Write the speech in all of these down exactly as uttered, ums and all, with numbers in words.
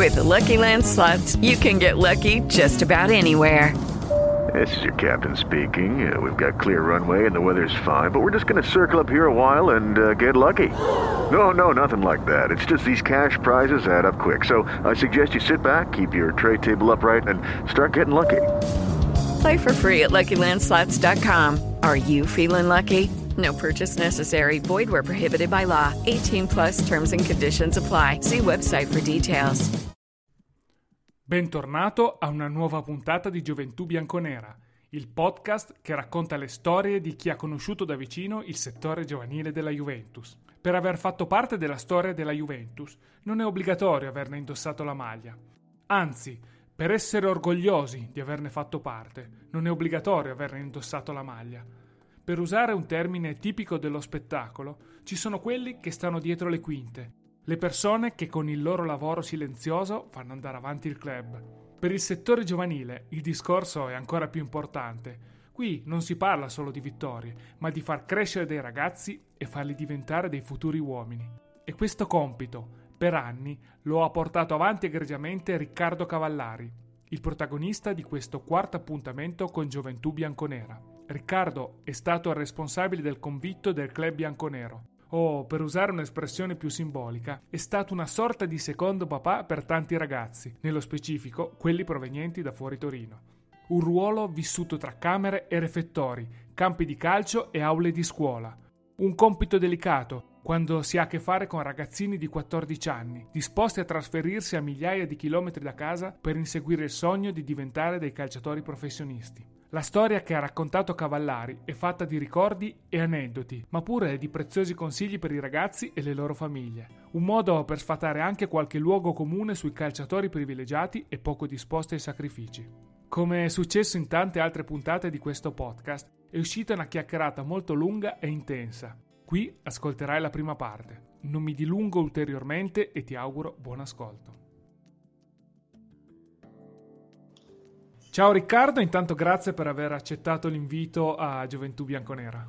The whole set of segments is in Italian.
With Lucky Land Slots, you can get lucky just about anywhere. This is your captain speaking. Uh, we've got clear runway and the weather's fine, but we're just going to circle up here a while and uh, get lucky. No, no, nothing like that. It's just these cash prizes add up quick. So I suggest you sit back, keep your tray table upright, and start getting lucky. Play for free at Lucky Land Slots dot com. Are you feeling lucky? No purchase necessary. Void where prohibited by law. eighteen plus terms and conditions apply. See website for details. Bentornato a una nuova puntata di Gioventù Bianconera, il podcast che racconta le storie di chi ha conosciuto da vicino il settore giovanile della Juventus. Per aver fatto parte della storia della Juventus non è obbligatorio averne indossato la maglia. Anzi, per essere orgogliosi di averne fatto parte, non è obbligatorio averne indossato la maglia. Per usare un termine tipico dello spettacolo, ci sono quelli che stanno dietro le quinte, le persone che con il loro lavoro silenzioso fanno andare avanti il club. Per il settore giovanile il discorso è ancora più importante. Qui non si parla solo di vittorie, ma di far crescere dei ragazzi e farli diventare dei futuri uomini. E questo compito, per anni, lo ha portato avanti egregiamente Riccardo Cavallari, il protagonista di questo quarto appuntamento con Gioventù Bianconera. Riccardo è stato il responsabile del convitto del club bianconero, o, per usare un'espressione più simbolica, è stato una sorta di secondo papà per tanti ragazzi, nello specifico quelli provenienti da fuori Torino. Un ruolo vissuto tra camere e refettori, campi di calcio e aule di scuola. Un compito delicato quando si ha a che fare con ragazzini di quattordici anni, disposti a trasferirsi a migliaia di chilometri da casa per inseguire il sogno di diventare dei calciatori professionisti. La storia che ha raccontato Cavallari è fatta di ricordi e aneddoti, ma pure di preziosi consigli per i ragazzi e le loro famiglie. Un modo per sfatare anche qualche luogo comune sui calciatori privilegiati e poco disposti ai sacrifici. Come è successo in tante altre puntate di questo podcast, è uscita una chiacchierata molto lunga e intensa. Qui ascolterai la prima parte. Non mi dilungo ulteriormente e ti auguro buon ascolto. Ciao Riccardo, intanto grazie per aver accettato l'invito a Gioventù Bianconera.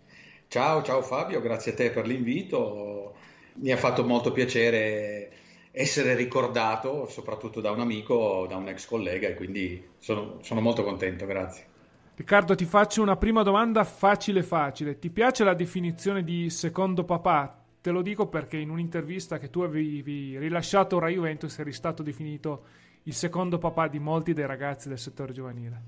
Ciao, ciao Fabio, grazie a te per l'invito. Mi ha fatto molto piacere essere ricordato, soprattutto da un amico, da un ex collega, e quindi sono, sono molto contento, grazie. Riccardo, ti faccio una prima domanda facile facile. Ti piace la definizione di secondo papà? Te lo dico perché in un'intervista che tu avevi rilasciato ora Juventus eri stato definito il secondo papà di molti dei ragazzi del settore giovanile.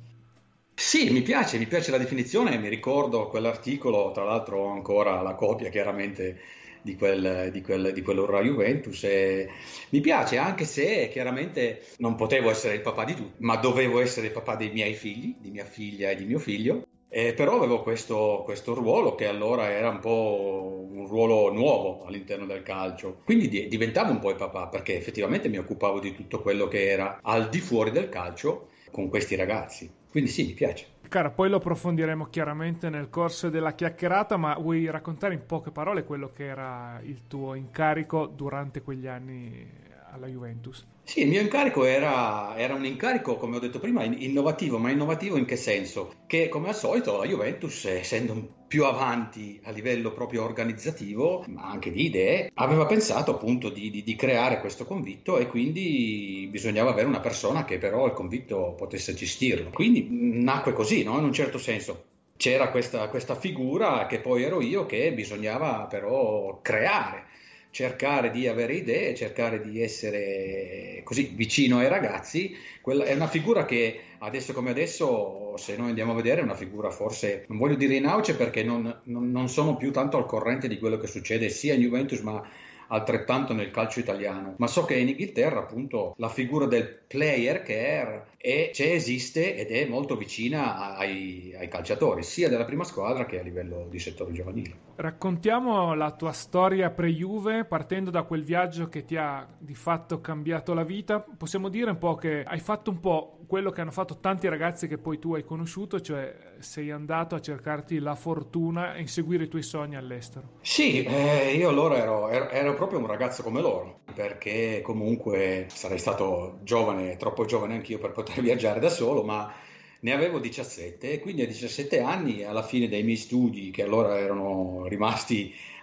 Sì, mi piace, mi piace la definizione, mi ricordo quell'articolo, tra l'altro ho ancora la copia chiaramente di quel, di quel, di quell'ora Juventus, e mi piace, anche se chiaramente non potevo essere il papà di tutti, ma dovevo essere il papà dei miei figli, di mia figlia e di mio figlio. Eh, però avevo questo, questo ruolo che allora era un po' un ruolo nuovo all'interno del calcio, quindi di, diventavo un po' il papà, perché effettivamente mi occupavo di tutto quello che era al di fuori del calcio con questi ragazzi, quindi sì, mi piace. Cara, poi lo approfondiremo chiaramente nel corso della chiacchierata, ma vuoi raccontare in poche parole quello che era il tuo incarico durante quegli anni alla Juventus? Sì, il mio incarico era, era un incarico, come ho detto prima, innovativo, ma innovativo in che senso? Che come al solito la Juventus, essendo più avanti a livello proprio organizzativo, ma anche di idee, aveva pensato appunto di, di, di creare questo convitto, e quindi bisognava avere una persona che però il convitto potesse gestirlo. Quindi nacque così, no? In un certo senso. C'era questa, questa figura che poi ero io, che bisognava però creare, cercare di avere idee, cercare di essere così vicino ai ragazzi. Quella è una figura che adesso come adesso, se noi andiamo a vedere, è una figura forse, non voglio dire in auge perché non, non, non sono più tanto al corrente di quello che succede sia in Juventus ma altrettanto nel calcio italiano, ma so che in Inghilterra appunto la figura del player care è, c'è, esiste ed è molto vicina ai, ai calciatori sia della prima squadra che a livello di settore giovanile. Raccontiamo la tua storia pre-Juve, partendo da quel viaggio che ti ha di fatto cambiato la vita. Possiamo dire un po' che hai fatto un po' quello che hanno fatto tanti ragazzi che poi tu hai conosciuto, cioè sei andato a cercarti la fortuna e inseguire i tuoi sogni all'estero. Sì, eh, io allora ero, ero, ero proprio un ragazzo come loro, perché comunque sarei stato giovane, troppo giovane anch'io per poter viaggiare da solo, ma ne avevo diciassette, e quindi a diciassette anni, alla fine dei miei studi, che allora erano rimasti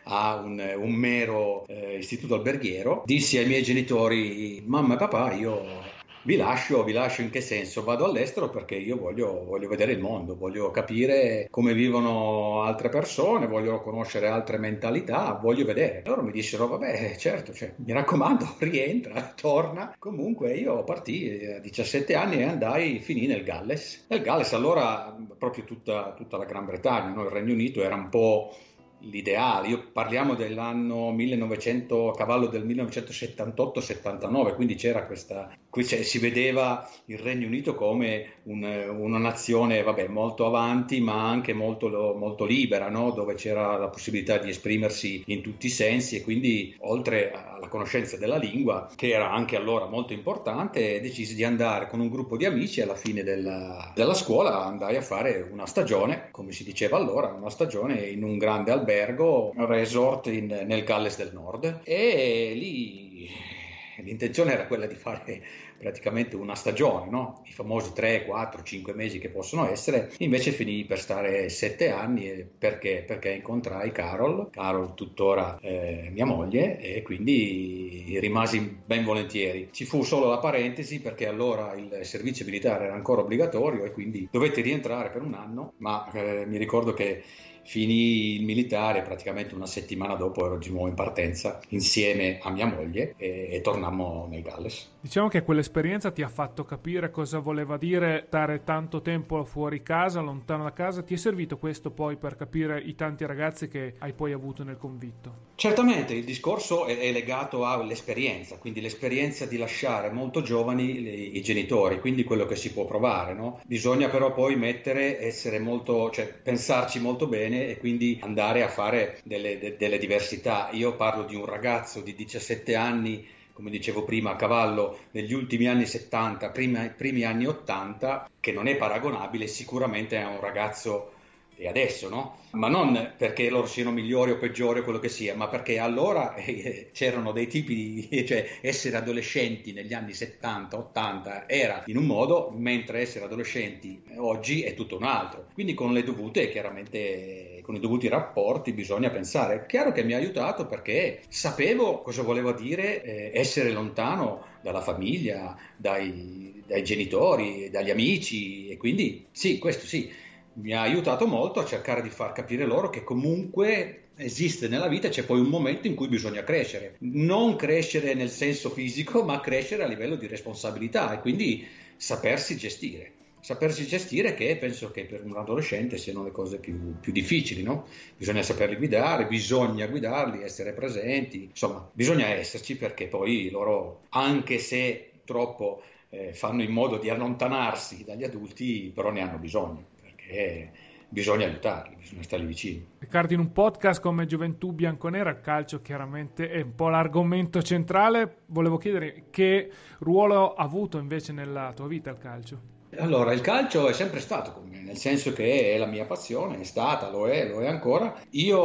a un, un mero eh, istituto alberghiero, dissi ai miei genitori: mamma e papà, io vi lascio, vi lascio in che senso? Vado all'estero perché io voglio, voglio vedere il mondo, voglio capire come vivono altre persone, voglio conoscere altre mentalità, voglio vedere. Loro mi dissero: vabbè, certo, cioè, mi raccomando, rientra, torna. Comunque io partii a diciassette anni e andai, finì nel Galles. Nel Galles allora proprio tutta, tutta la Gran Bretagna, no? Il Regno Unito era un po' l'ideale. Io parliamo dell'anno millenovecento, a cavallo del millenovecentosettantotto settantanove, quindi c'era questa, qui cioè, si vedeva il Regno Unito come un, una nazione, vabbè, molto avanti, ma anche molto, molto libera, no? Dove c'era la possibilità di esprimersi in tutti i sensi, e quindi oltre alla conoscenza della lingua, che era anche allora molto importante, decisi di andare con un gruppo di amici. Alla fine della, della scuola andai a fare una stagione, come si diceva allora, una stagione in un grande albergo, un resort in, nel Galles del Nord, e lì l'intenzione era quella di fare praticamente una stagione, no? I famosi tre, quattro, cinque mesi che possono essere. Invece finì per stare sette anni. Perché? Perché incontrai Carol, Carol tuttora eh, mia moglie, e quindi rimasi ben volentieri. Ci fu solo la parentesi perché allora il servizio militare era ancora obbligatorio e quindi dovetti rientrare per un anno, ma eh, mi ricordo che finì il militare, praticamente una settimana dopo ero di nuovo in partenza insieme a mia moglie e, e tornammo nel Galles. Diciamo che quell'esperienza ti ha fatto capire cosa voleva dire stare tanto tempo fuori casa, lontano da casa. Ti è servito questo poi per capire i tanti ragazzi che hai poi avuto nel convitto? Certamente, il discorso è, è legato all'esperienza, quindi l'esperienza di lasciare molto giovani le, i genitori, quindi quello che si può provare, no? Bisogna però poi mettere, essere molto, cioè pensarci molto bene e quindi andare a fare delle, de, delle diversità. Io parlo di un ragazzo di diciassette anni, come dicevo prima, a cavallo negli ultimi anni settanta, primi, primi anni ottanta, che non è paragonabile sicuramente a un ragazzo di adesso, no? Ma non perché loro siano migliori o peggiori o quello che sia, ma perché allora eh, c'erano dei tipi di, cioè essere adolescenti negli anni settanta ottanta era in un modo, mentre essere adolescenti oggi è tutto un altro. Quindi con le dovute, chiaramente, con i dovuti rapporti bisogna pensare. Chiaro che mi ha aiutato perché sapevo cosa voleva dire eh, essere lontano dalla famiglia, dai, dai genitori, dagli amici, e quindi sì, questo sì. Mi ha aiutato molto a cercare di far capire loro che comunque esiste nella vita, c'è poi un momento in cui bisogna crescere. Non crescere nel senso fisico, ma crescere a livello di responsabilità e quindi sapersi gestire. Sapersi gestire, che penso che per un adolescente siano le cose più, più difficili, no? Bisogna saperli guidare, bisogna guidarli, essere presenti, insomma, bisogna esserci, perché poi loro, anche se troppo eh, fanno in modo di allontanarsi dagli adulti, però ne hanno bisogno. E bisogna aiutarli, bisogna starli vicini. Riccardo, in un podcast come Gioventù Bianconera il calcio chiaramente è un po' l'argomento centrale. Volevo chiedere che ruolo ha avuto invece nella tua vita il calcio? Allora, il calcio è sempre stato con me, nel senso che è la mia passione, è stata, lo è, lo è ancora. Io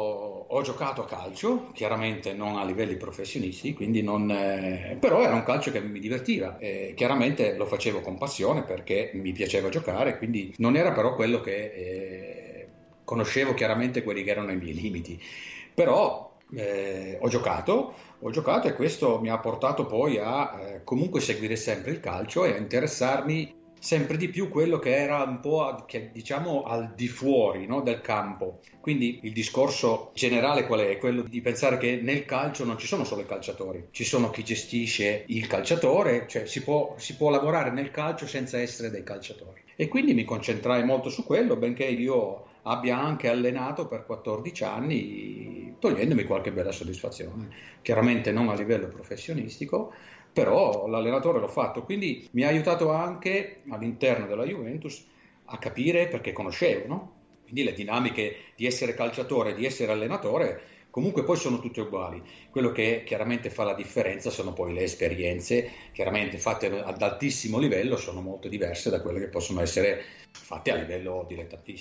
ho giocato a calcio, chiaramente non a livelli professionisti, quindi non, eh, però era un calcio che mi divertiva. Eh, chiaramente lo facevo con passione perché mi piaceva giocare, quindi non era però quello che eh, conoscevo chiaramente quelli che erano i miei limiti. Però eh, ho giocato, ho giocato e questo mi ha portato poi a eh, comunque seguire sempre il calcio e a interessarmi sempre di più quello che era un po' a, che, diciamo al di fuori, no, del campo. Quindi il discorso generale qual è? Quello di pensare che nel calcio non ci sono solo i calciatori, ci sono chi gestisce il calciatore, cioè si può, si può lavorare nel calcio senza essere dei calciatori. E quindi mi concentrai molto su quello, benché io abbia anche allenato per quattordici anni, togliendomi qualche bella soddisfazione. Chiaramente non a livello professionistico, però l'allenatore l'ho fatto, quindi mi ha aiutato anche all'interno della Juventus a capire, perché conoscevo, no? Quindi le dinamiche di essere calciatore e di essere allenatore comunque poi sono tutte uguali. Quello che chiaramente fa la differenza sono poi le esperienze, chiaramente fatte ad altissimo livello, sono molto diverse da quelle che possono essere fatte a livello dilettantistico.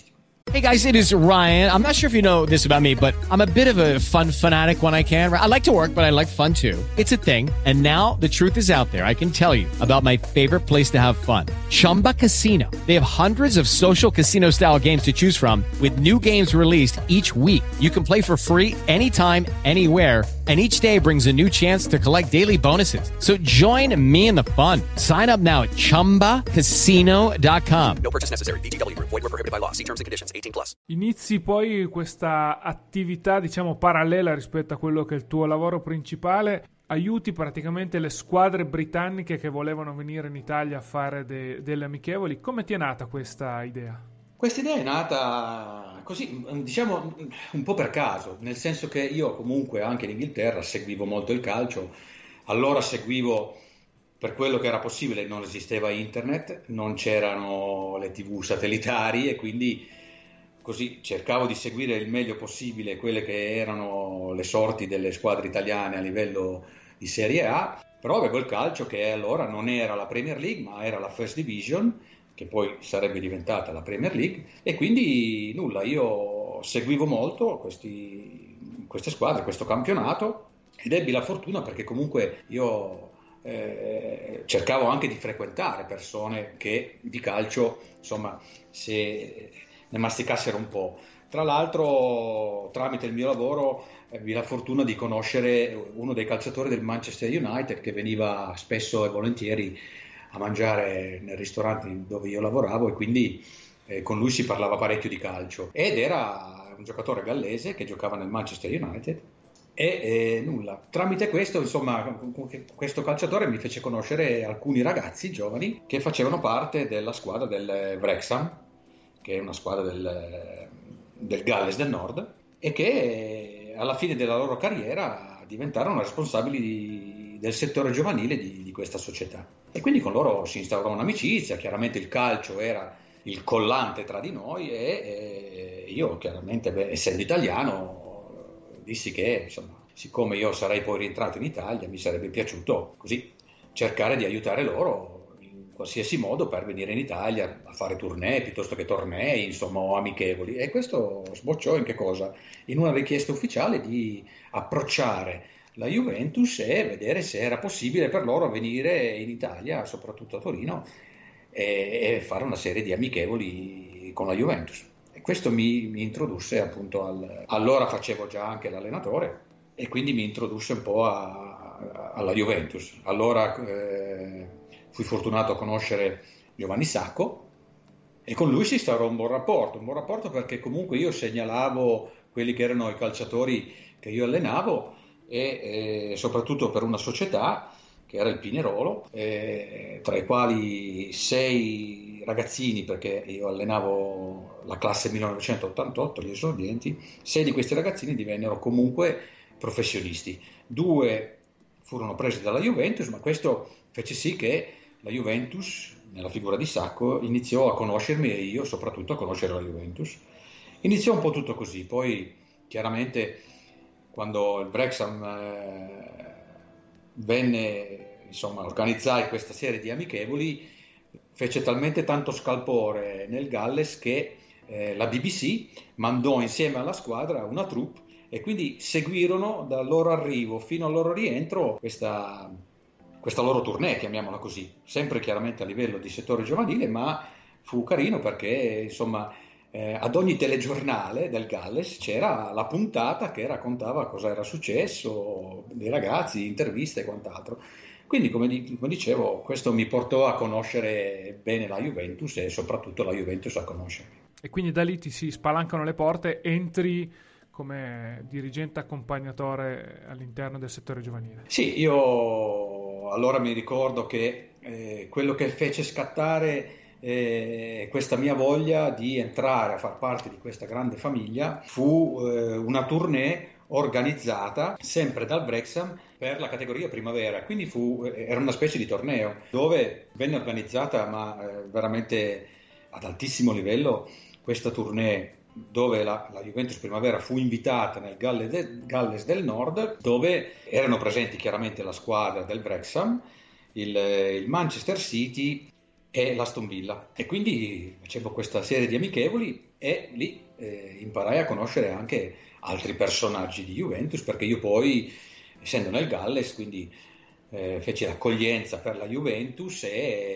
Hey guys, it is Ryan. I'm not sure if you know this about me, but I'm a bit of a fun fanatic when I can. I like to work, but I like fun too. It's a thing. And now the truth is out there. I can tell you about my favorite place to have fun. Chumba Casino. They have hundreds of social casino style games to choose from with new games released each week. You can play for free anytime, anywhere. And each day brings a new chance to collect daily bonuses. So join me in the fun. Sign up now at chumba casino dot com. No purchase necessary. V G W. Void where prohibited by law. See terms and conditions. eighteen plus. Inizi poi questa attività, diciamo, parallela rispetto a quello che è il tuo lavoro principale. Aiuti praticamente le squadre britanniche che volevano venire in Italia a fare de- delle amichevoli. Come ti è nata questa idea? Questa idea è nata così, diciamo, un po' per caso, nel senso che io comunque anche in Inghilterra seguivo molto il calcio, allora seguivo per quello che era possibile, non esisteva internet, non c'erano le tivù satellitari e quindi così cercavo di seguire il meglio possibile quelle che erano le sorti delle squadre italiane a livello di Serie A, però avevo il calcio che allora non era la Premier League ma era la First Division, che poi sarebbe diventata la Premier League, e quindi nulla, io seguivo molto questi, queste squadre, questo campionato, ed ebbi la fortuna perché comunque io eh, cercavo anche di frequentare persone che di calcio, insomma, se ne masticassero un po'. Tra l'altro, tramite il mio lavoro ebbi la fortuna di conoscere uno dei calciatori del Manchester United che veniva spesso e volentieri a mangiare nel ristorante dove io lavoravo e quindi eh, con lui si parlava parecchio di calcio ed era un giocatore gallese che giocava nel Manchester United e eh, nulla, tramite questo, insomma, questo calciatore mi fece conoscere alcuni ragazzi giovani che facevano parte della squadra del Wrexham, che è una squadra del, del Galles del Nord, e che alla fine della loro carriera diventarono responsabili di, del settore giovanile di, di questa società. E quindi con loro si instaurò un'amicizia, chiaramente il calcio era il collante tra di noi e, e io chiaramente, beh, essendo italiano, dissi che insomma, siccome io sarei poi rientrato in Italia, mi sarebbe piaciuto così cercare di aiutare loro in qualsiasi modo per venire in Italia a fare tournée piuttosto che tornei, insomma, o amichevoli. E questo sbocciò in che cosa? In una richiesta ufficiale di approcciare la Juventus e vedere se era possibile per loro venire in Italia, soprattutto a Torino, e, e fare una serie di amichevoli con la Juventus. E questo mi, mi introdusse appunto al... Allora facevo già anche l'allenatore e quindi mi introdusse un po' a, a, alla Juventus. Allora eh, fui fortunato a conoscere Giovanni Sacco e con lui si instaurò un buon rapporto, un buon rapporto perché comunque io segnalavo quelli che erano i calciatori che io allenavo e eh, soprattutto per una società che era il Pinerolo, eh, tra i quali sei ragazzini, perché io allenavo la classe millenovecentottantotto, gli esordienti, sei di questi ragazzini divennero comunque professionisti. Due furono presi dalla Juventus, ma questo fece sì che la Juventus, nella figura di Sacco, iniziò a conoscermi e io soprattutto a conoscere la Juventus. Iniziò un po' tutto così, poi chiaramente quando il Wrexham eh, venne, insomma, organizzai questa serie di amichevoli, fece talmente tanto scalpore nel Galles che eh, la B B C mandò insieme alla squadra una troupe e quindi seguirono dal loro arrivo fino al loro rientro questa, questa loro tournée, chiamiamola così, sempre chiaramente a livello di settore giovanile, ma fu carino perché, insomma, Eh, ad ogni telegiornale del Galles c'era la puntata che raccontava cosa era successo, dei ragazzi, interviste e quant'altro. Quindi, come, di, come dicevo, questo mi portò a conoscere bene la Juventus e soprattutto la Juventus a conoscermi. E quindi da lì ti si spalancano le porte, entri come dirigente accompagnatore all'interno del settore giovanile. Sì, io allora mi ricordo che eh, quello che fece scattare E questa mia voglia di entrare a far parte di questa grande famiglia fu eh, una tournée organizzata sempre dal Wrexham per la categoria primavera, quindi fu, eh, era una specie di torneo dove venne organizzata ma eh, veramente ad altissimo livello questa tournée, dove la, la Juventus Primavera fu invitata nel Galles, de, Galles del Nord, dove erano presenti chiaramente la squadra del Wrexham, il, il Manchester City e l'Aston Villa, e quindi facevo questa serie di amichevoli e lì eh, imparai a conoscere anche altri personaggi di Juventus, perché io poi, essendo nel Galles, quindi eh, feci l'accoglienza per la Juventus e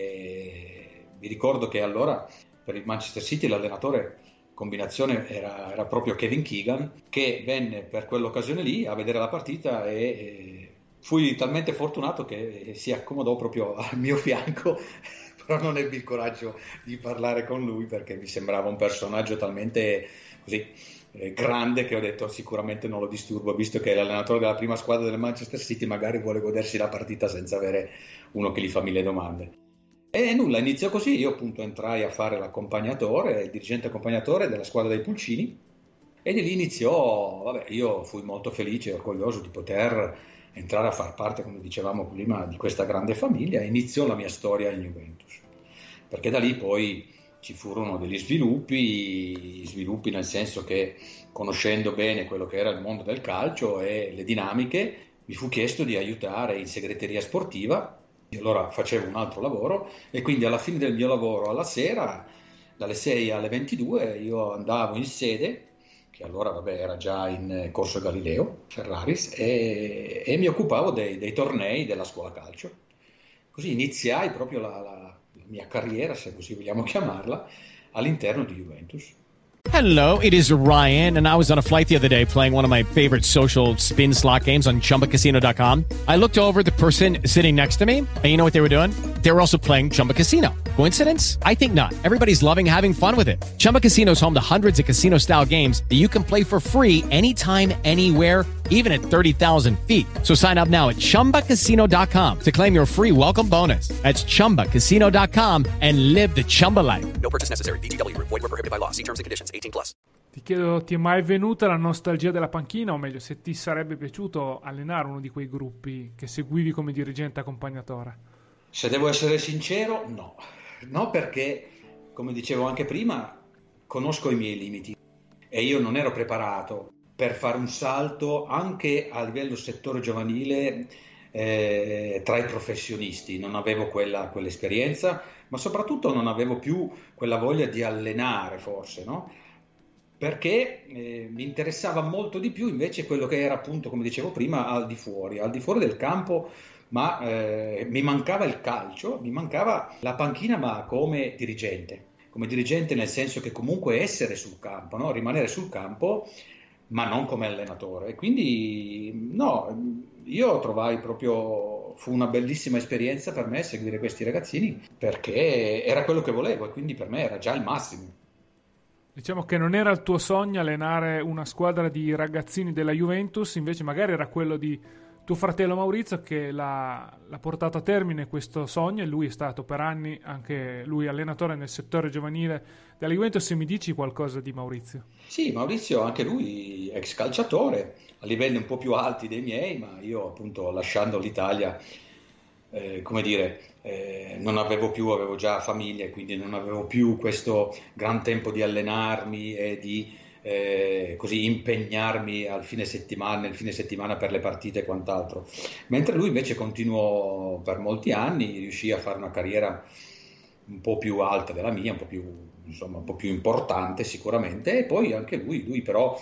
eh, mi ricordo che allora per il Manchester City l'allenatore combinazione era, era proprio Kevin Keegan, che venne per quell'occasione lì a vedere la partita e eh, fui talmente fortunato che si accomodò proprio al mio fianco, però non ebbi il coraggio di parlare con lui perché mi sembrava un personaggio talmente così eh, grande che ho detto sicuramente non lo disturbo, visto che è l'allenatore della prima squadra del Manchester City, magari vuole godersi la partita senza avere uno che gli fa mille domande. E nulla, iniziò così, io appunto entrai a fare l'accompagnatore, il dirigente accompagnatore della squadra dei Pulcini, e di lì iniziò, vabbè, io fui molto felice e orgoglioso di poter entrare a far parte, come dicevamo prima, di questa grande famiglia, e iniziò la mia storia in Juventus, perché da lì poi ci furono degli sviluppi, sviluppi nel senso che, conoscendo bene quello che era il mondo del calcio e le dinamiche, mi fu chiesto di aiutare in segreteria sportiva. Io allora facevo un altro lavoro e quindi alla fine del mio lavoro, alla sera, dalle sei alle ventidue, io andavo in sede, che allora vabbè, era già in Corso Galileo, Ferraris, e, e mi occupavo dei, dei tornei della scuola calcio. Così iniziai proprio la, la, la mia carriera, se così vogliamo chiamarla, all'interno di Juventus. Hello, it is Ryan, and I was on a flight the other day playing one of my favorite social spin slot games on Chumba Casino dot com. I looked over at the person sitting next to me, and you know what they were doing? They were also playing Chumba Casino. Coincidence? I think not. Everybody's loving having fun with it. Chumba Casino is home to hundreds of casino-style games that you can play for free anytime, anywhere, even at thirty thousand feet. So sign up now at Chumba Casino dot com to claim your free welcome bonus. That's Chumba Casino dot com and live the Chumba life. No purchase necessary. V G W. Void where prohibited by law. See terms and conditions. eighteen plus. Ti chiedo, ti è mai venuta la nostalgia della panchina, o meglio, se ti sarebbe piaciuto allenare uno di quei gruppi che seguivi come dirigente accompagnatore? Se devo essere sincero, no. No, perché, come dicevo anche prima, conosco i miei limiti e io non ero preparato per fare un salto anche a livello settore giovanile eh, tra i professionisti. Non avevo quella, quell'esperienza, ma soprattutto non avevo più quella voglia di allenare, forse, no? Perché eh, mi interessava molto di più invece quello che era, appunto, come dicevo prima, al di fuori, al di fuori del campo, ma eh, mi mancava il calcio, mi mancava la panchina, ma come dirigente, come dirigente nel senso che comunque essere sul campo, no? Rimanere sul campo, ma non come allenatore. Quindi no, io trovai proprio, fu una bellissima esperienza per me seguire questi ragazzini, perché era quello che volevo e quindi per me era già il massimo. Diciamo che non era il tuo sogno allenare una squadra di ragazzini della Juventus, invece magari era quello di tuo fratello Maurizio che l'ha, l'ha portato a termine questo sogno, e lui è stato per anni anche lui allenatore nel settore giovanile della Juventus. Se mi dici qualcosa di Maurizio? Sì, Maurizio anche lui ex calciatore, a livelli un po' più alti dei miei, ma io appunto lasciando l'Italia, eh, come dire, eh, non avevo più, avevo già famiglia e quindi non avevo più questo gran tempo di allenarmi e di Eh, così impegnarmi al fine settimana, nel fine settimana per le partite e quant'altro, mentre lui invece continuò per molti anni, riuscì a fare una carriera un po' più alta della mia, un po' più, insomma, un po' più importante sicuramente, e poi anche lui, lui però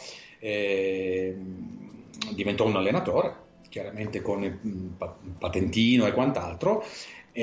eh, diventò un allenatore, chiaramente con il patentino e quant'altro, e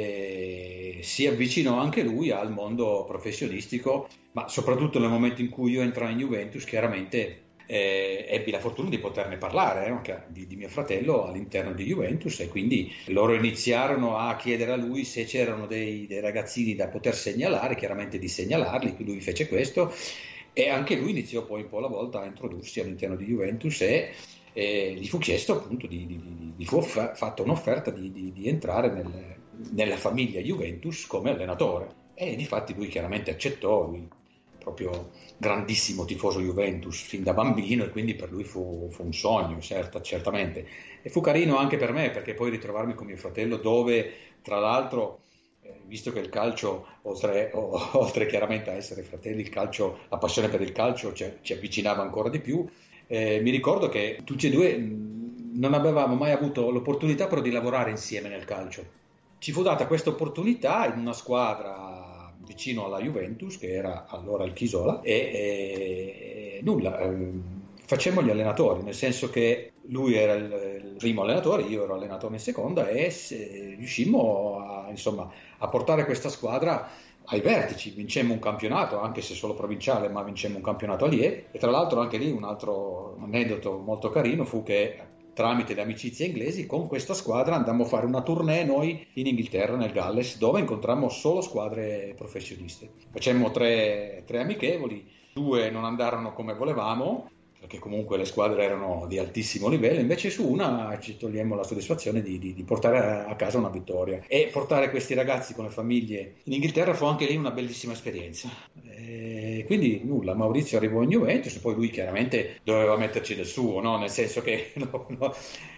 eh, si avvicinò anche lui al mondo professionistico, ma soprattutto nel momento in cui io entrai in Juventus, chiaramente eh, ebbi la fortuna di poterne parlare eh, anche di, di mio fratello all'interno di Juventus, e quindi loro iniziarono a chiedere a lui se c'erano dei, dei ragazzini da poter segnalare, chiaramente di segnalarli, lui fece questo, e anche lui iniziò poi un po' alla volta a introdursi all'interno di Juventus, e E gli fu chiesto appunto di, di, di, di fu offer- fatta un'offerta di, di, di entrare nel, nella famiglia Juventus come allenatore, e difatti lui chiaramente accettò, lui proprio grandissimo tifoso Juventus fin da bambino, e quindi per lui fu, fu un sogno, certo, certamente, e fu carino anche per me, perché poi ritrovarmi con mio fratello, dove tra l'altro eh, visto che il calcio, oltre, o, oltre chiaramente a essere fratelli, il calcio, la passione per il calcio ci, ci avvicinava ancora di più. Eh, mi ricordo che tutti e due mh, non avevamo mai avuto l'opportunità però di lavorare insieme nel calcio, ci fu data questa opportunità in una squadra vicino alla Juventus, che era allora il Chisola, e, e nulla, ehm, facemmo gli allenatori, nel senso che lui era il, il primo allenatore, io ero allenatore in seconda, e se, riuscimmo a, insomma, a portare questa squadra ai vertici. Vincemmo un campionato, anche se solo provinciale, ma vincemmo un campionato a Liège. E tra l'altro anche lì un altro aneddoto molto carino fu che tramite le amicizie inglesi con questa squadra andammo a fare una tournée noi in Inghilterra, nel Galles, dove incontrammo solo squadre professioniste. Facemmo tre, tre amichevoli, due non andarono come volevamo, perché comunque le squadre erano di altissimo livello, invece su una ci togliemmo la soddisfazione di, di, di portare a casa una vittoria. E portare questi ragazzi con le famiglie in Inghilterra fu anche lì una bellissima esperienza. E quindi nulla, Maurizio arrivò in Juventus, poi lui chiaramente doveva metterci del suo, no? Nel senso che no, no,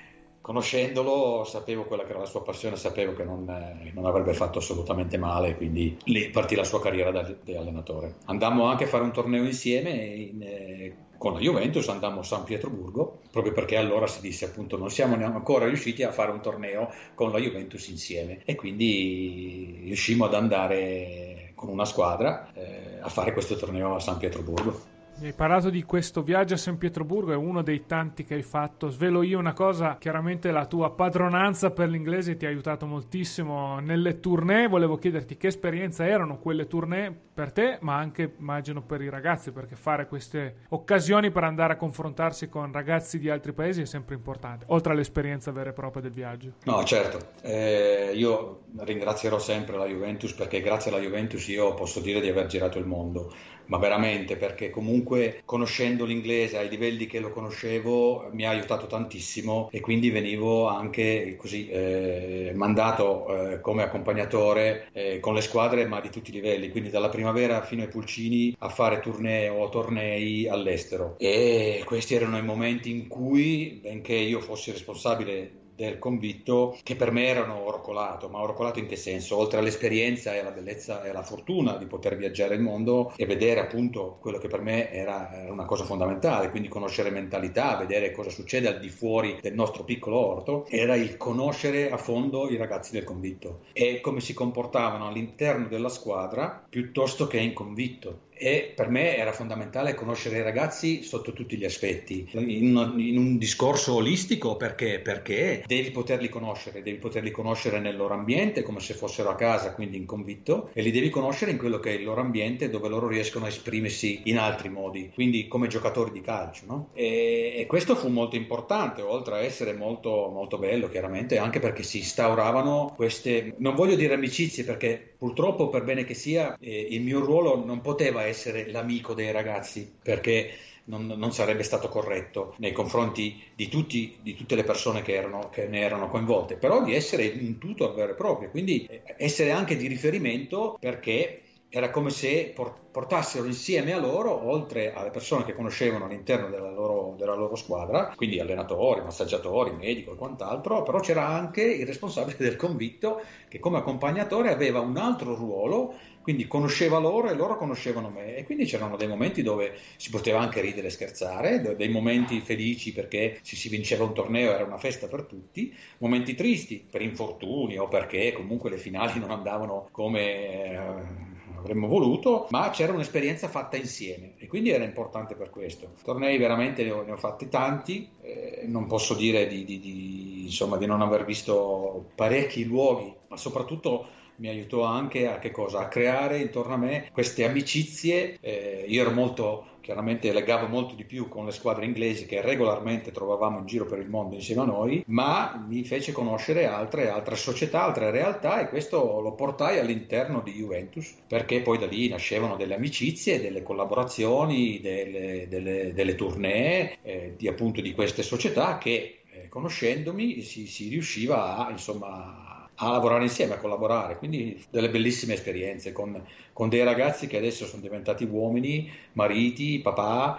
conoscendolo sapevo quella che era la sua passione, sapevo che non, eh, non avrebbe fatto assolutamente male, quindi lì partì la sua carriera da, da allenatore. Andammo anche a fare un torneo insieme in, eh, con la Juventus, andammo a San Pietroburgo, proprio perché allora si disse appunto non siamo ancora riusciti a fare un torneo con la Juventus insieme, e quindi riuscimmo ad andare con una squadra eh, a fare questo torneo a San Pietroburgo. Mi hai parlato di questo viaggio a San Pietroburgo, è uno dei tanti che hai fatto. Svelo io una cosa, chiaramente la tua padronanza per l'inglese ti ha aiutato moltissimo nelle tournée. Volevo chiederti che esperienza erano quelle tournée per te, ma anche immagino per i ragazzi, perché fare queste occasioni per andare a confrontarsi con ragazzi di altri paesi è sempre importante, oltre all'esperienza vera e propria del viaggio. No, certo, eh, io ringrazierò sempre la Juventus, perché grazie alla Juventus io posso dire di aver girato il mondo, ma veramente, perché comunque conoscendo l'inglese ai livelli che lo conoscevo mi ha aiutato tantissimo, e quindi venivo anche così eh, mandato eh, come accompagnatore eh, con le squadre, ma di tutti i livelli, quindi dalla primavera fino ai pulcini a fare tournée o tornei all'estero. E questi erano i momenti in cui, benché io fossi responsabile del convitto, che per me erano oro colato. Ma oro colato in che senso? Oltre all'esperienza e alla bellezza e alla fortuna di poter viaggiare il mondo e vedere appunto quello che per me era una cosa fondamentale, quindi conoscere mentalità, vedere cosa succede al di fuori del nostro piccolo orto, era il conoscere a fondo i ragazzi del convitto e come si comportavano all'interno della squadra piuttosto che in convitto. E per me era fondamentale conoscere i ragazzi sotto tutti gli aspetti, in, una, in un discorso olistico, perché? Perché devi poterli conoscere, devi poterli conoscere nel loro ambiente come se fossero a casa, quindi in convitto, e li devi conoscere in quello che è il loro ambiente, dove loro riescono a esprimersi in altri modi, quindi come giocatori di calcio, no? E, e questo fu molto importante, oltre a essere molto, molto bello, chiaramente, anche perché si instauravano queste, non voglio dire amicizie, perché purtroppo, per bene che sia, eh, il mio ruolo non poteva essere l'amico dei ragazzi, perché non, non sarebbe stato corretto nei confronti di, tutti, di tutte le persone che, erano, che ne erano coinvolte, però di essere un tutor vero e proprio, quindi essere anche di riferimento, perché era come se portassero insieme a loro, oltre alle persone che conoscevano all'interno della loro, della loro squadra, quindi allenatori, massaggiatori, medico e quant'altro, però c'era anche il responsabile del convitto che come accompagnatore aveva un altro ruolo, quindi conosceva loro e loro conoscevano me, e quindi c'erano dei momenti dove si poteva anche ridere e scherzare, dei momenti felici perché se si vinceva un torneo era una festa per tutti, momenti tristi per infortuni o perché comunque le finali non andavano come eh, avremmo voluto, ma c'era un'esperienza fatta insieme e quindi era importante per questo. Tornei veramente ne ho, ne ho fatti tanti, eh, non posso dire di, di, di, insomma, di non aver visto parecchi luoghi, ma soprattutto mi aiutò anche a che cosa? A creare intorno a me queste amicizie. Eh, io ero molto, chiaramente legavo molto di più con le squadre inglesi che regolarmente trovavamo in giro per il mondo insieme a noi, ma mi fece conoscere altre, altre società, altre realtà, e questo lo portai all'interno di Juventus, perché poi da lì nascevano delle amicizie, delle collaborazioni, delle, delle, delle tournée eh, di appunto di queste società che eh, conoscendomi si, si riusciva a, insomma, a lavorare insieme, a collaborare, quindi delle bellissime esperienze con, con dei ragazzi che adesso sono diventati uomini, mariti, papà,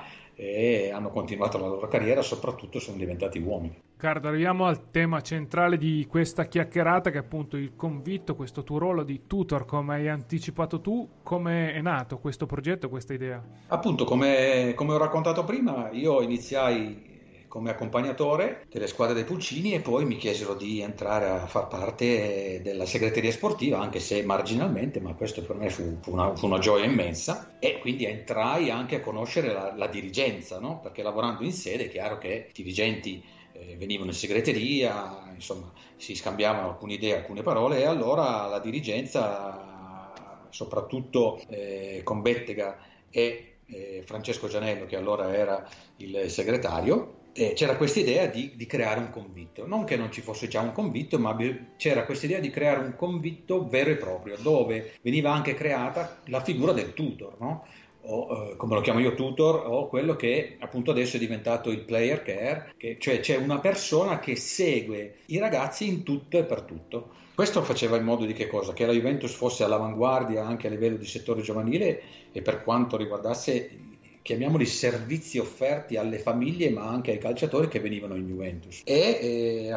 e hanno continuato la loro carriera, soprattutto sono diventati uomini. Riccardo, arriviamo al tema centrale di questa chiacchierata, che è appunto il convitto, questo tuo ruolo di tutor, come hai anticipato tu. Come è nato questo progetto, questa idea? Appunto, come, come ho raccontato prima, io iniziai come accompagnatore delle squadre dei Pulcini e poi mi chiesero di entrare a far parte della segreteria sportiva, anche se marginalmente, ma questo per me fu, fu, una, fu una gioia immensa, e quindi entrai anche a conoscere la, la dirigenza, no? Perché lavorando in sede è chiaro che i dirigenti eh, venivano in segreteria, insomma si scambiavano alcune idee, alcune parole, e allora la dirigenza, soprattutto eh, con Bettega e eh, Francesco Gianello, che allora era il segretario, eh, c'era questa idea di, di creare un convitto, non che non ci fosse già un convitto, ma c'era questa idea di creare un convitto vero e proprio, dove veniva anche creata la figura del tutor, no? O, eh, come lo chiamo io, tutor, o quello che appunto adesso è diventato il player care, che, cioè c'è una persona che segue i ragazzi in tutto e per tutto. Questo faceva in modo di che cosa? Che la Juventus fosse all'avanguardia anche a livello di settore giovanile e per quanto riguardasse, chiamiamoli, servizi offerti alle famiglie ma anche ai calciatori che venivano in Juventus. E eh,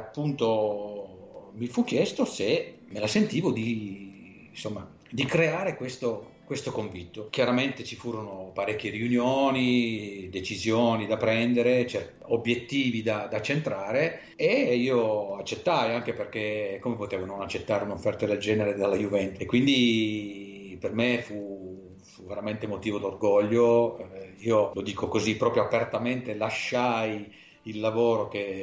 appunto mi fu chiesto se me la sentivo di, insomma, di creare questo questo convitto. Chiaramente ci furono parecchie riunioni, decisioni da prendere, cioè, obiettivi da, da centrare, e io accettai, anche perché come potevo non accettare un'offerta del genere dalla Juventus, e quindi per me fu, fu veramente motivo d'orgoglio. Eh, io lo dico così proprio apertamente, lasciai il lavoro che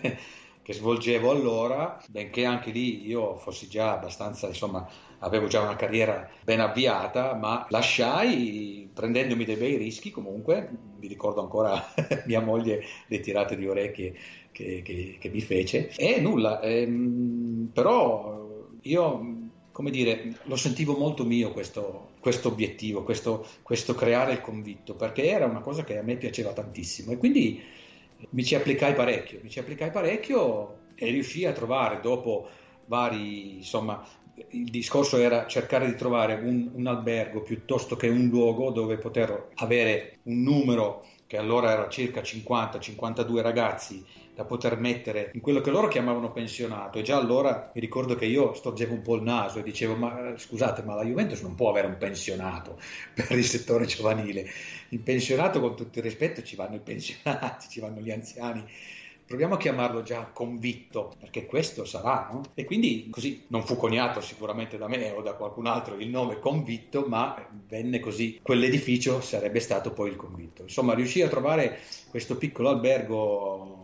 che svolgevo allora, benché anche lì io fossi già abbastanza, insomma, avevo già una carriera ben avviata, ma lasciai prendendomi dei bei rischi comunque. Mi ricordo ancora mia moglie le tirate di orecchie che, che, che mi fece, e nulla, ehm, però io, come dire, lo sentivo molto mio questo, questo obiettivo, questo, questo creare il convitto, perché era una cosa che a me piaceva tantissimo, e quindi mi ci applicai parecchio, mi ci applicai parecchio e riuscii a trovare, dopo vari, insomma, il discorso era cercare di trovare un, un albergo piuttosto che un luogo dove poter avere un numero, che allora era circa cinquanta cinquantadue ragazzi, da poter mettere in quello che loro chiamavano pensionato. E già allora mi ricordo che io storgevo un po' il naso e dicevo: ma scusate, ma la Juventus non può avere un pensionato per il settore giovanile. Il pensionato, con tutto il rispetto, ci vanno i pensionati, ci vanno gli anziani. Proviamo a chiamarlo già convitto, perché questo sarà, no? E quindi così non fu coniato sicuramente da me o da qualcun altro il nome convitto, ma venne così, quell'edificio sarebbe stato poi il convitto. Insomma, riuscii a trovare questo piccolo albergo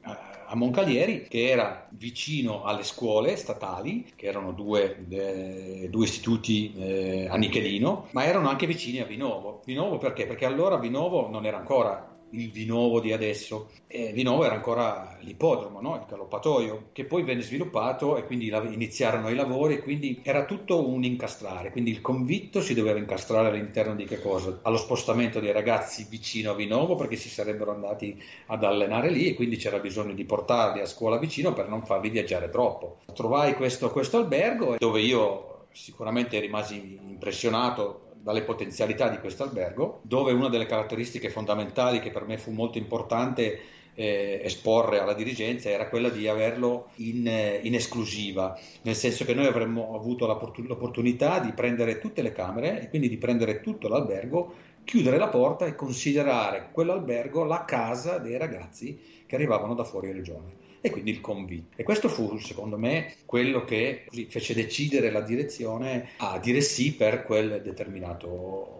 a Moncalieri, che era vicino alle scuole statali, che erano due, eh, due istituti eh, a Nichelino, ma erano anche vicini a Vinovo. Vinovo perché? Perché allora Vinovo non era ancora il Vinovo di adesso, e Vinovo era ancora l'ippodromo, no? Il galoppatoio, che poi venne sviluppato e quindi iniziarono i lavori, e quindi era tutto un incastrare, quindi il convitto si doveva incastrare all'interno di che cosa? Allo spostamento dei ragazzi vicino a Vinovo, perché si sarebbero andati ad allenare lì e quindi c'era bisogno di portarli a scuola vicino per non farli viaggiare troppo. Trovai questo, questo albergo, dove io sicuramente rimasi impressionato dalle potenzialità di questo albergo, dove una delle caratteristiche fondamentali che per me fu molto importante eh, esporre alla dirigenza era quella di averlo in, eh, in esclusiva, nel senso che noi avremmo avuto l'opportunità di prendere tutte le camere e quindi di prendere tutto l'albergo, chiudere la porta e considerare quell'albergo la casa dei ragazzi che arrivavano da fuori regione, e quindi il convitto. E questo fu, secondo me, quello che così fece decidere la direzione a dire sì per quel determinato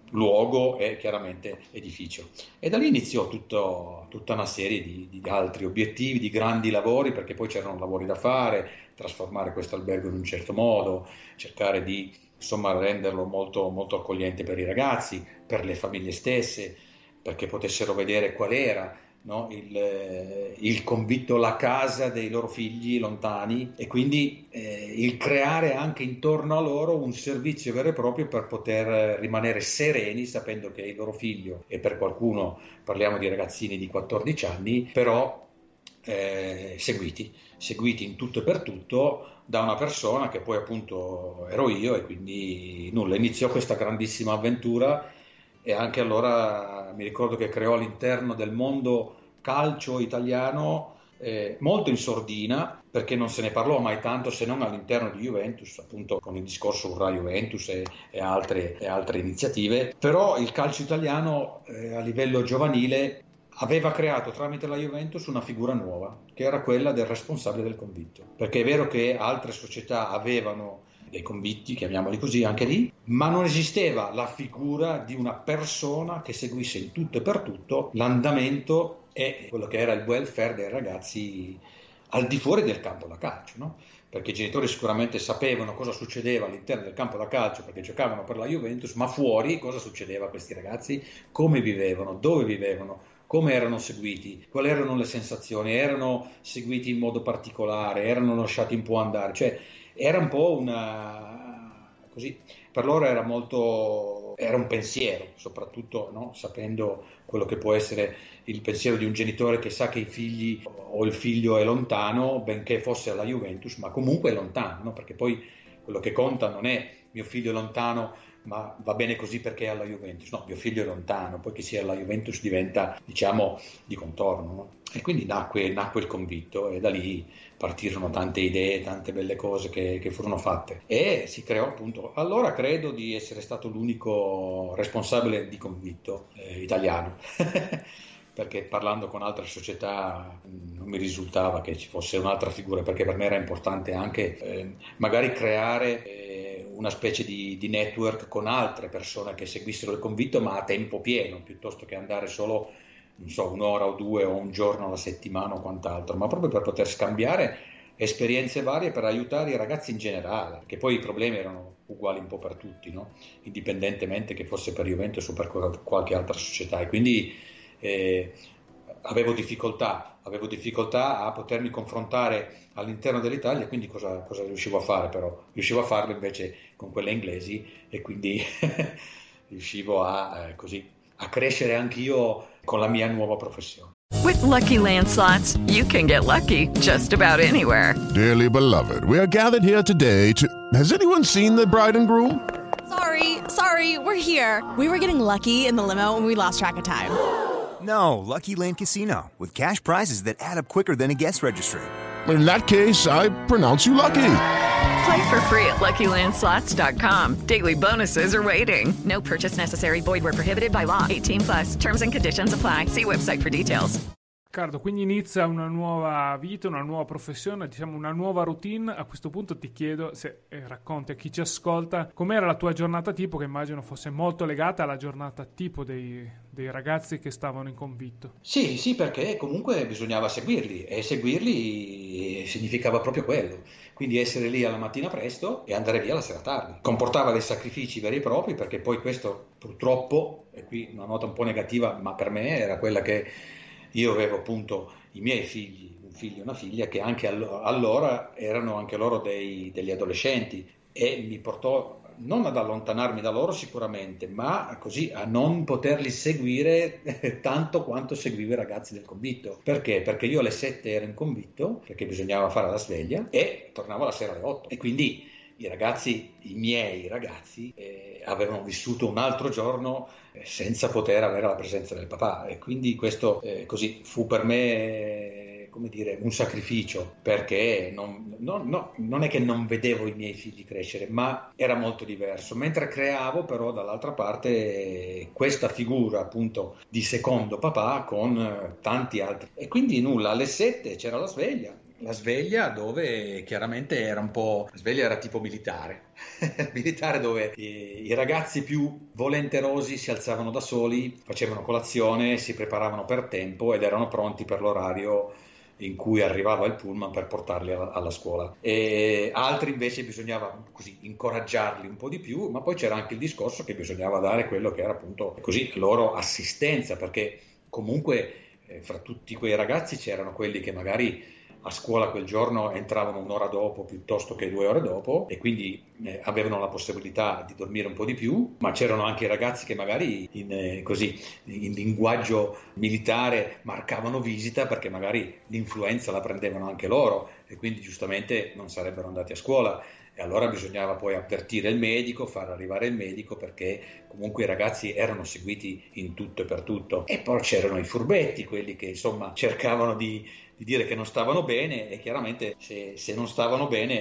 luogo e chiaramente edificio. E da lì iniziò tutto, tutta una serie di, di altri obiettivi, di grandi lavori, perché poi c'erano lavori da fare, trasformare questo albergo in un certo modo, cercare di, insomma, renderlo molto, molto accogliente per i ragazzi, per le famiglie stesse, perché potessero vedere qual era, no, il, il convitto, la casa dei loro figli lontani, e quindi eh, il creare anche intorno a loro un servizio vero e proprio per poter rimanere sereni sapendo che il loro figlio, e per qualcuno parliamo di ragazzini di quattordici anni, però eh, seguiti seguiti in tutto e per tutto da una persona che poi appunto ero io, e quindi nulla, iniziò questa grandissima avventura. E anche allora mi ricordo che creò all'interno del mondo calcio italiano eh, molto in sordina, perché non se ne parlò mai tanto, se non all'interno di Juventus, appunto con il discorso Urra Juventus e, e, altre, e altre iniziative. Però il calcio italiano eh, a livello giovanile aveva creato tramite la Juventus una figura nuova, che era quella del responsabile del convitto. Perché è vero che altre società avevano dei convitti, chiamiamoli così, anche lì, ma non esisteva la figura di una persona che seguisse in tutto e per tutto l'andamento e quello che era il welfare dei ragazzi al di fuori del campo da calcio, no? Perché i genitori sicuramente sapevano cosa succedeva all'interno del campo da calcio perché giocavano per la Juventus, ma fuori cosa succedeva a questi ragazzi, come vivevano, dove vivevano, come erano seguiti, quali erano le sensazioni, erano seguiti in modo particolare, erano lasciati un po' andare, cioè era un po' una... così, per loro era molto, era un pensiero, soprattutto, no? Sapendo quello che può essere il pensiero di un genitore che sa che i figli o il figlio è lontano, benché fosse alla Juventus, ma comunque è lontano, no? Perché poi quello che conta non è mio figlio è lontano, ma va bene così perché è alla Juventus, no, mio figlio è lontano, poi che sia alla Juventus diventa, diciamo, di contorno, no? E quindi nacque, nacque il convitto e da lì partirono tante idee, tante belle cose che, che furono fatte e si creò appunto, allora credo di essere stato l'unico responsabile di convitto eh, italiano perché parlando con altre società non mi risultava che ci fosse un'altra figura, perché per me era importante anche eh, magari creare eh, una specie di, di network con altre persone che seguissero il convitto ma a tempo pieno, piuttosto che andare solo non so, un'ora o due o un giorno alla settimana o quant'altro, ma proprio per poter scambiare esperienze varie per aiutare i ragazzi in generale, perché poi i problemi erano uguali un po' per tutti, no? Indipendentemente che fosse per Juventus o per qualche altra società, e quindi eh, avevo difficoltà, avevo difficoltà a potermi confrontare all'interno dell'Italia, quindi cosa, cosa riuscivo a fare però? Riuscivo a farlo invece con quelle inglesi e quindi riuscivo a eh, così a crescere anch'io con la mia nuova professione. With Lucky Land Slots, you can get lucky just about anywhere. Dearly beloved, we are gathered here today to... Has anyone seen the bride and groom? Sorry, sorry, we're here. We were getting lucky in the limo and we lost track of time. No, Lucky Land Casino, with cash prizes that add up quicker than a guest registry. In that case, I pronounce you lucky. Play for free at lucky land slots dot com. Daily bonuses are waiting. No purchase necessary. Void where prohibited by law. eighteen plus. Terms and conditions apply. See website for details. Riccardo, quindi inizia una nuova vita, una nuova professione, diciamo una nuova routine. A questo punto ti chiedo se eh, racconti a chi ci ascolta com'era la tua giornata tipo, che immagino fosse molto legata alla giornata tipo dei, dei ragazzi che stavano in convitto. Sì, sì, perché comunque bisognava seguirli e seguirli significava proprio quello. Quindi essere lì alla mattina presto e andare via la sera tardi. Comportava dei sacrifici veri e propri, perché poi questo purtroppo, e qui una nota un po' negativa, ma per me era quella che io avevo appunto i miei figli, un figlio e una figlia, che anche allora erano anche loro dei, degli adolescenti, e mi portò non ad allontanarmi da loro sicuramente, ma così a non poterli seguire tanto quanto seguivo i ragazzi del convitto. Perché? Perché io alle sette ero in convitto, perché bisognava fare la sveglia, e tornavo la sera alle otto, e quindi i ragazzi, i miei ragazzi, eh, avevano vissuto un altro giorno eh, senza poter avere la presenza del papà, e quindi questo eh, così fu per me, eh, come dire, un sacrificio, perché non, no, no, non è che non vedevo i miei figli crescere, ma era molto diverso, mentre creavo però dall'altra parte eh, questa figura appunto di secondo papà con eh, tanti altri, e quindi nulla, alle sette c'era la sveglia. La sveglia dove chiaramente era un po'... La sveglia era tipo militare, militare dove i, i ragazzi più volenterosi si alzavano da soli, facevano colazione, si preparavano per tempo ed erano pronti per l'orario in cui arrivava il pullman per portarli alla, alla scuola. E altri invece bisognava così incoraggiarli un po' di più, ma poi c'era anche il discorso che bisognava dare quello che era appunto così loro assistenza, perché comunque eh, fra tutti quei ragazzi c'erano quelli che magari a scuola quel giorno entravano un'ora dopo piuttosto che due ore dopo, e quindi eh, avevano la possibilità di dormire un po' di più, ma c'erano anche i ragazzi che magari in, eh, così, in linguaggio militare marcavano visita, perché magari l'influenza la prendevano anche loro e quindi giustamente non sarebbero andati a scuola, e allora bisognava poi avvertire il medico, far arrivare il medico, perché comunque i ragazzi erano seguiti in tutto e per tutto. E poi c'erano i furbetti, quelli che insomma cercavano di di dire che non stavano bene, e chiaramente se, se non stavano bene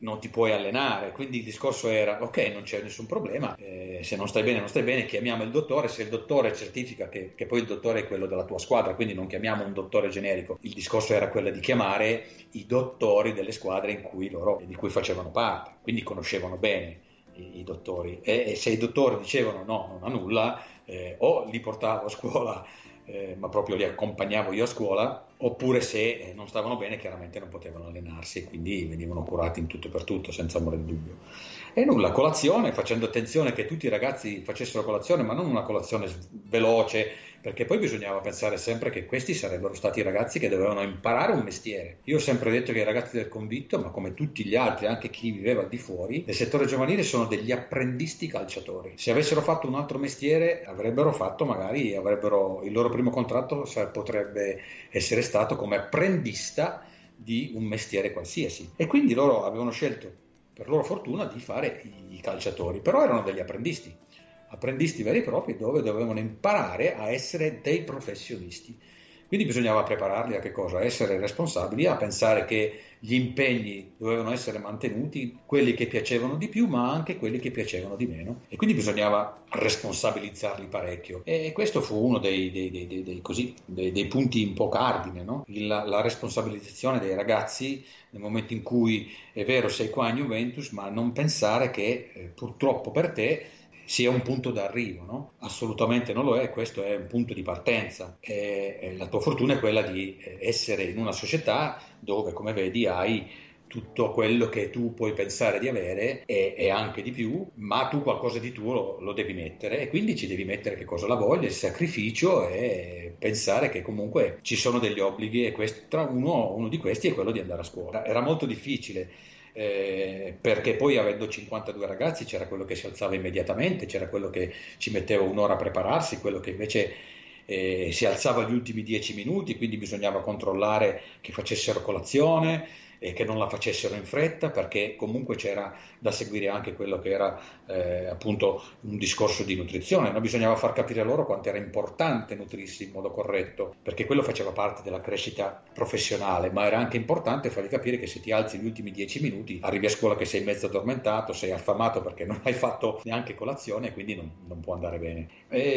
non ti puoi allenare. Quindi il discorso era: ok, non c'è nessun problema, eh, se non stai bene non stai bene, chiamiamo il dottore, se il dottore certifica che, che poi il dottore è quello della tua squadra, quindi non chiamiamo un dottore generico. Il discorso era quello di chiamare i dottori delle squadre in cui loro, di cui facevano parte, quindi conoscevano bene i, i dottori, e, e se i dottori dicevano no, non ha nulla, eh, o li portavo a scuola, Eh, ma proprio li accompagnavo io a scuola, oppure se eh, non stavano bene chiaramente non potevano allenarsi e quindi venivano curati in tutto e per tutto, senza ombra di dubbio. E nulla, colazione, facendo attenzione che tutti i ragazzi facessero colazione, ma non una colazione veloce, perché poi bisognava pensare sempre che questi sarebbero stati i ragazzi che dovevano imparare un mestiere. Io ho sempre detto che i ragazzi del convitto, ma come tutti gli altri, anche chi viveva al di fuori del settore giovanile, sono degli apprendisti calciatori. Se avessero fatto un altro mestiere avrebbero fatto, magari avrebbero, il loro primo contratto potrebbe essere stato come apprendista di un mestiere qualsiasi, e quindi loro avevano scelto, per loro fortuna, di fare i calciatori, però erano degli apprendisti, apprendisti veri e propri, dove dovevano imparare a essere dei professionisti. Quindi bisognava prepararli a che cosa? A essere responsabili, a pensare che gli impegni dovevano essere mantenuti, quelli che piacevano di più, ma anche quelli che piacevano di meno, e quindi bisognava responsabilizzarli parecchio. E questo fu uno dei, dei, dei, dei, dei, così, dei, dei punti un po' cardine, no? Il, la responsabilizzazione dei ragazzi nel momento in cui, è vero, sei qua in Juventus, ma non pensare che eh, purtroppo per te sia un punto d'arrivo, no? Assolutamente non lo è, questo è un punto di partenza. E, e la tua fortuna è quella di essere in una società dove, come vedi, hai tutto quello che tu puoi pensare di avere e, e anche di più, ma tu qualcosa di tuo lo, lo devi mettere, e quindi ci devi mettere che cosa? La voglia, il sacrificio, e pensare che comunque ci sono degli obblighi, e questo, uno, uno di questi è quello di andare a scuola. Era molto difficile. Eh, perché poi, avendo cinquantadue ragazzi, c'era quello che si alzava immediatamente, c'era quello che ci metteva un'ora a prepararsi, quello che invece eh, si alzava gli ultimi dieci minuti, quindi bisognava controllare che facessero colazione e che non la facessero in fretta, perché comunque c'era da seguire anche quello che era eh, appunto un discorso di nutrizione, no? Bisognava far capire loro quanto era importante nutrirsi in modo corretto, perché quello faceva parte della crescita professionale, ma era anche importante fargli capire che se ti alzi gli ultimi dieci minuti arrivi a scuola che sei mezzo addormentato, sei affamato perché non hai fatto neanche colazione, e quindi non, non può andare bene.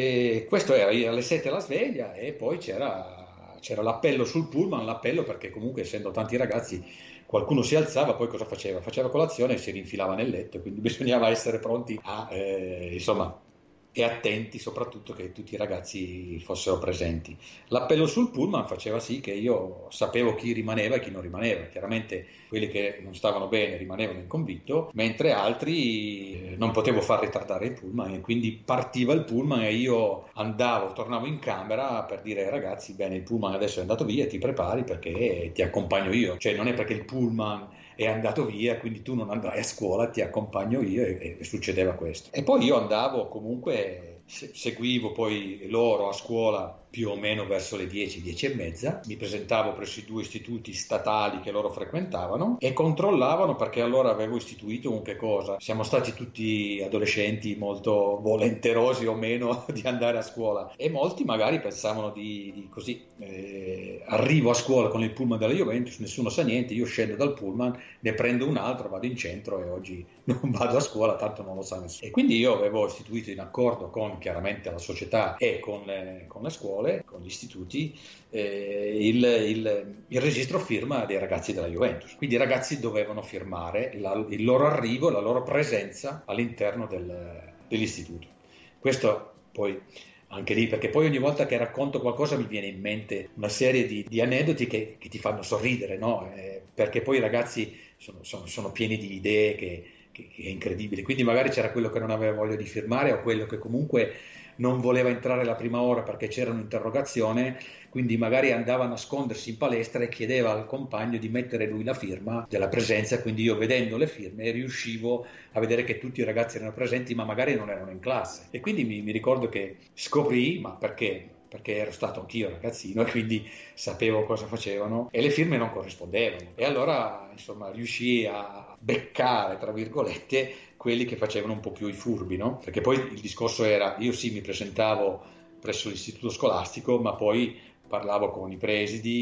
E questo era alle sette la sveglia, e poi c'era c'era l'appello sul pullman, l'appello perché comunque, essendo tanti ragazzi, qualcuno si alzava, poi cosa faceva? Faceva colazione e si rinfilava nel letto, quindi bisognava essere pronti a, eh, insomma, e attenti soprattutto che tutti i ragazzi fossero presenti. L'appello sul pullman faceva sì che io sapevo chi rimaneva e chi non rimaneva. Chiaramente quelli che non stavano bene rimanevano in convitto, mentre altri non potevo far ritardare il pullman, e quindi partiva il pullman e io andavo, tornavo in camera per dire ai ragazzi: bene, il pullman adesso è andato via, ti prepari perché ti accompagno io. Cioè non è perché il pullman è andato via quindi tu non andrai a scuola, ti accompagno io, e, e succedeva questo. E poi io andavo comunque, se, seguivo poi loro a scuola più o meno verso le dieci, dieci e mezza, mi presentavo presso i due istituti statali che loro frequentavano e controllavano, perché allora avevo istituito un che cosa, siamo stati tutti adolescenti molto volenterosi o meno di andare a scuola, e molti magari pensavano di, di così, eh, arrivo a scuola con il pullman della Juventus, nessuno sa niente, io scendo dal pullman, ne prendo un altro, vado in centro e oggi non vado a scuola, tanto non lo sa nessuno. E quindi io avevo istituito, in accordo con chiaramente la società e con le, con le scuole, con gli istituti, eh, il, il, il registro firma dei ragazzi della Juventus. Quindi i ragazzi dovevano firmare la, il loro arrivo, la loro presenza all'interno del, dell'istituto. Questo poi anche lì, perché poi ogni volta che racconto qualcosa mi viene in mente una serie di, di aneddoti che, che ti fanno sorridere, no? Eh, perché poi i ragazzi sono, sono, sono pieni di idee che, che, che è incredibile. Quindi magari c'era quello che non aveva voglia di firmare, o quello che comunque non voleva entrare la prima ora perché c'era un'interrogazione, quindi magari andava a nascondersi in palestra e chiedeva al compagno di mettere lui la firma della presenza, quindi io, vedendo le firme, riuscivo a vedere che tutti i ragazzi erano presenti, ma magari non erano in classe. E quindi mi, mi ricordo che scoprì, ma perché? Perché ero stato anch'io ragazzino e quindi sapevo cosa facevano, e le firme non corrispondevano, e allora insomma riuscii a beccare, tra virgolette, quelli che facevano un po' più i furbi, no? Perché poi il discorso era, io sì mi presentavo presso l'istituto scolastico, ma poi parlavo con i presidi,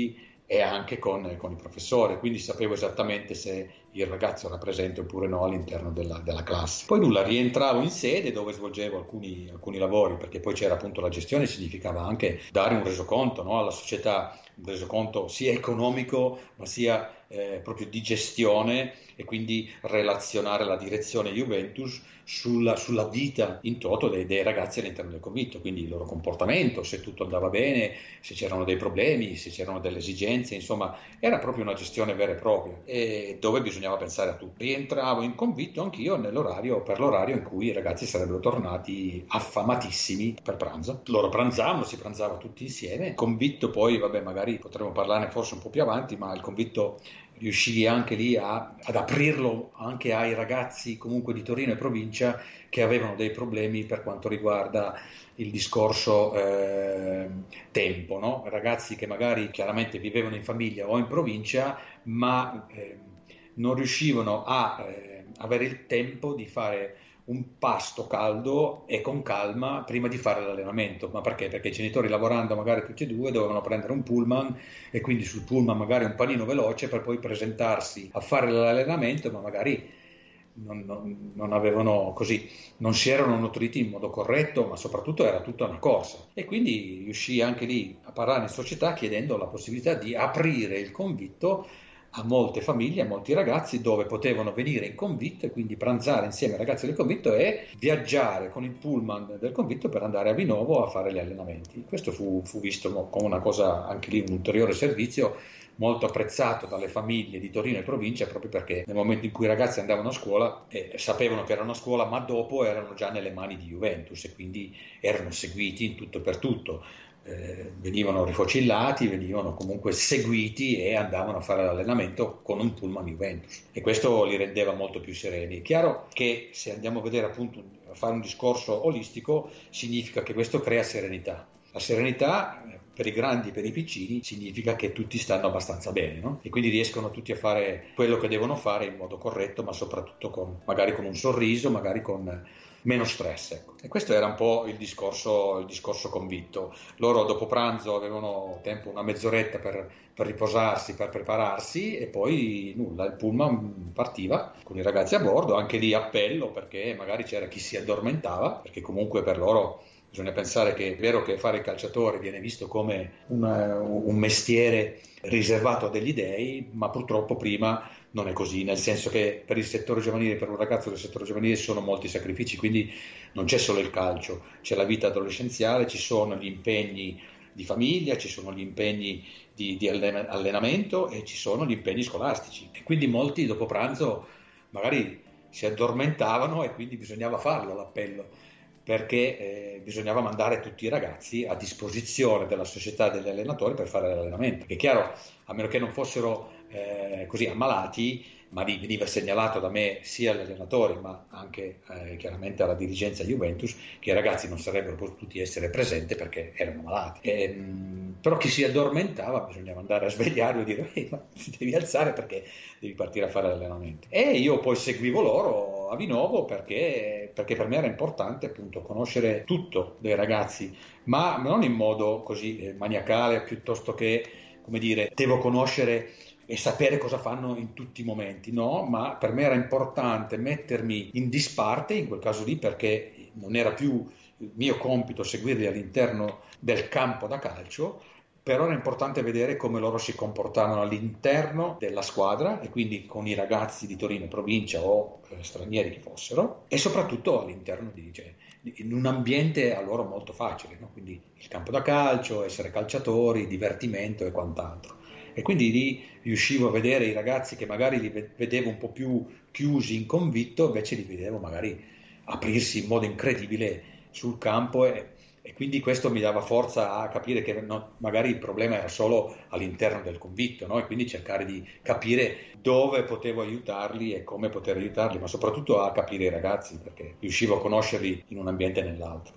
e anche con, con i professori, quindi sapevo esattamente se il ragazzo era presente oppure no all'interno della, della classe. Poi nulla, rientravo in sede dove svolgevo alcuni, alcuni lavori, perché poi c'era appunto la gestione, significava anche dare un resoconto, no, alla società, un resoconto sia economico ma sia eh, proprio di gestione, e quindi relazionare la direzione Juventus sulla, sulla vita in toto dei, dei ragazzi all'interno del convitto, quindi il loro comportamento, se tutto andava bene, se c'erano dei problemi, se c'erano delle esigenze, insomma era proprio una gestione vera e propria, e dove bisognava pensare a tutto. Rientravo in convitto anch'io nell'orario, per l'orario in cui i ragazzi sarebbero tornati affamatissimi per pranzo. Loro pranzavano, si pranzava tutti insieme. Il convitto poi, vabbè, magari potremo parlarne forse un po' più avanti, ma il convitto riuscii anche lì a, ad aprirlo anche ai ragazzi comunque di Torino e provincia che avevano dei problemi per quanto riguarda il discorso eh, tempo, no? Ragazzi che magari chiaramente vivevano in famiglia o in provincia, ma eh, non riuscivano a eh, avere il tempo di fare un pasto caldo e con calma prima di fare l'allenamento. Ma perché? Perché i genitori, lavorando magari tutti e due, dovevano prendere un pullman, e quindi sul pullman magari un panino veloce per poi presentarsi a fare l'allenamento, ma magari non, non, non avevano così, non si erano nutriti in modo corretto, ma soprattutto era tutta una corsa. E quindi riuscii anche lì a parlare in società chiedendo la possibilità di aprire il convitto a molte famiglie, a molti ragazzi, dove potevano venire in convitto e quindi pranzare insieme ai ragazzi del convitto e viaggiare con il pullman del convitto per andare a Vinovo a fare gli allenamenti. Questo fu, fu visto come una cosa, anche lì un ulteriore servizio molto apprezzato dalle famiglie di Torino e provincia, proprio perché nel momento in cui i ragazzi andavano a scuola eh, sapevano che erano a scuola, ma dopo erano già nelle mani di Juventus e quindi erano seguiti in tutto e per tutto. Eh, venivano rifocillati, venivano comunque seguiti e andavano a fare l'allenamento con un pullman Juventus, e questo li rendeva molto più sereni. È chiaro che se andiamo a vedere appunto a fare un discorso olistico, significa che questo crea serenità. La serenità per i grandi e per i piccini significa che tutti stanno abbastanza bene, no? E quindi riescono tutti a fare quello che devono fare in modo corretto, ma soprattutto con, magari con un sorriso, magari con meno stress, ecco. E questo era un po' il discorso, il discorso convitto. Loro dopo pranzo avevano tempo, una mezz'oretta per, per riposarsi, per prepararsi, e poi nulla, il pullman partiva con i ragazzi a bordo, anche lì appello, perché magari c'era chi si addormentava, perché comunque per loro bisogna pensare che è vero che fare il calciatore viene visto come una, un mestiere riservato a degli dei, ma purtroppo prima non è così, nel senso che per il settore giovanile, per un ragazzo del settore giovanile, ci sono molti sacrifici, quindi non c'è solo il calcio, c'è la vita adolescenziale, ci sono gli impegni di famiglia, ci sono gli impegni di, di allenamento e ci sono gli impegni scolastici, e quindi molti dopo pranzo magari si addormentavano e quindi bisognava farlo l'appello, perché eh, bisognava mandare tutti i ragazzi a disposizione della società degli allenatori per fare l'allenamento. È chiaro, a meno che non fossero eh, così ammalati, ma lì veniva segnalato da me sia agli allenatori ma anche eh, chiaramente alla dirigenza Juventus che i ragazzi non sarebbero potuti essere presenti perché erano malati. E, mh, però chi si addormentava bisognava andare a svegliarlo e dire hey, ma ti devi alzare perché devi partire a fare l'allenamento. E io poi seguivo loro a Vinovo perché, perché per me era importante appunto conoscere tutto dei ragazzi, ma non in modo così eh, maniacale, piuttosto che, come dire, devo conoscere e sapere cosa fanno in tutti i momenti, no, ma per me era importante mettermi in disparte in quel caso lì, perché non era più il mio compito seguirli all'interno del campo da calcio, però era importante vedere come loro si comportavano all'interno della squadra e quindi con i ragazzi di Torino, provincia o eh, stranieri che fossero, e soprattutto all'interno di, cioè, in un ambiente a loro molto facile, no? Quindi il campo da calcio, essere calciatori, divertimento e quant'altro. E quindi lì riuscivo a vedere i ragazzi che magari li vedevo un po' più chiusi in convitto, invece li vedevo magari aprirsi in modo incredibile sul campo, e, e quindi questo mi dava forza a capire che no, magari il problema era solo all'interno del convitto, no? E quindi cercare di capire dove potevo aiutarli e come poter aiutarli, ma soprattutto a capire i ragazzi, perché riuscivo a conoscerli in un ambiente e nell'altro.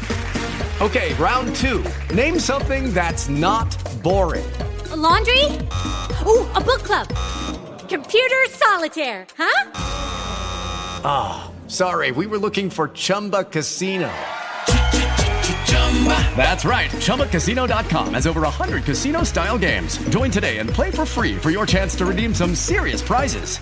Okay, round two. Name something that's not boring. A laundry? Ooh, a book club. Computer solitaire, huh? Ah, oh, sorry, we were looking for Chumba Casino. That's right. Chumba Casino dot com has over one hundred casino-style games. Join today and play for free for your chance to redeem some serious prizes.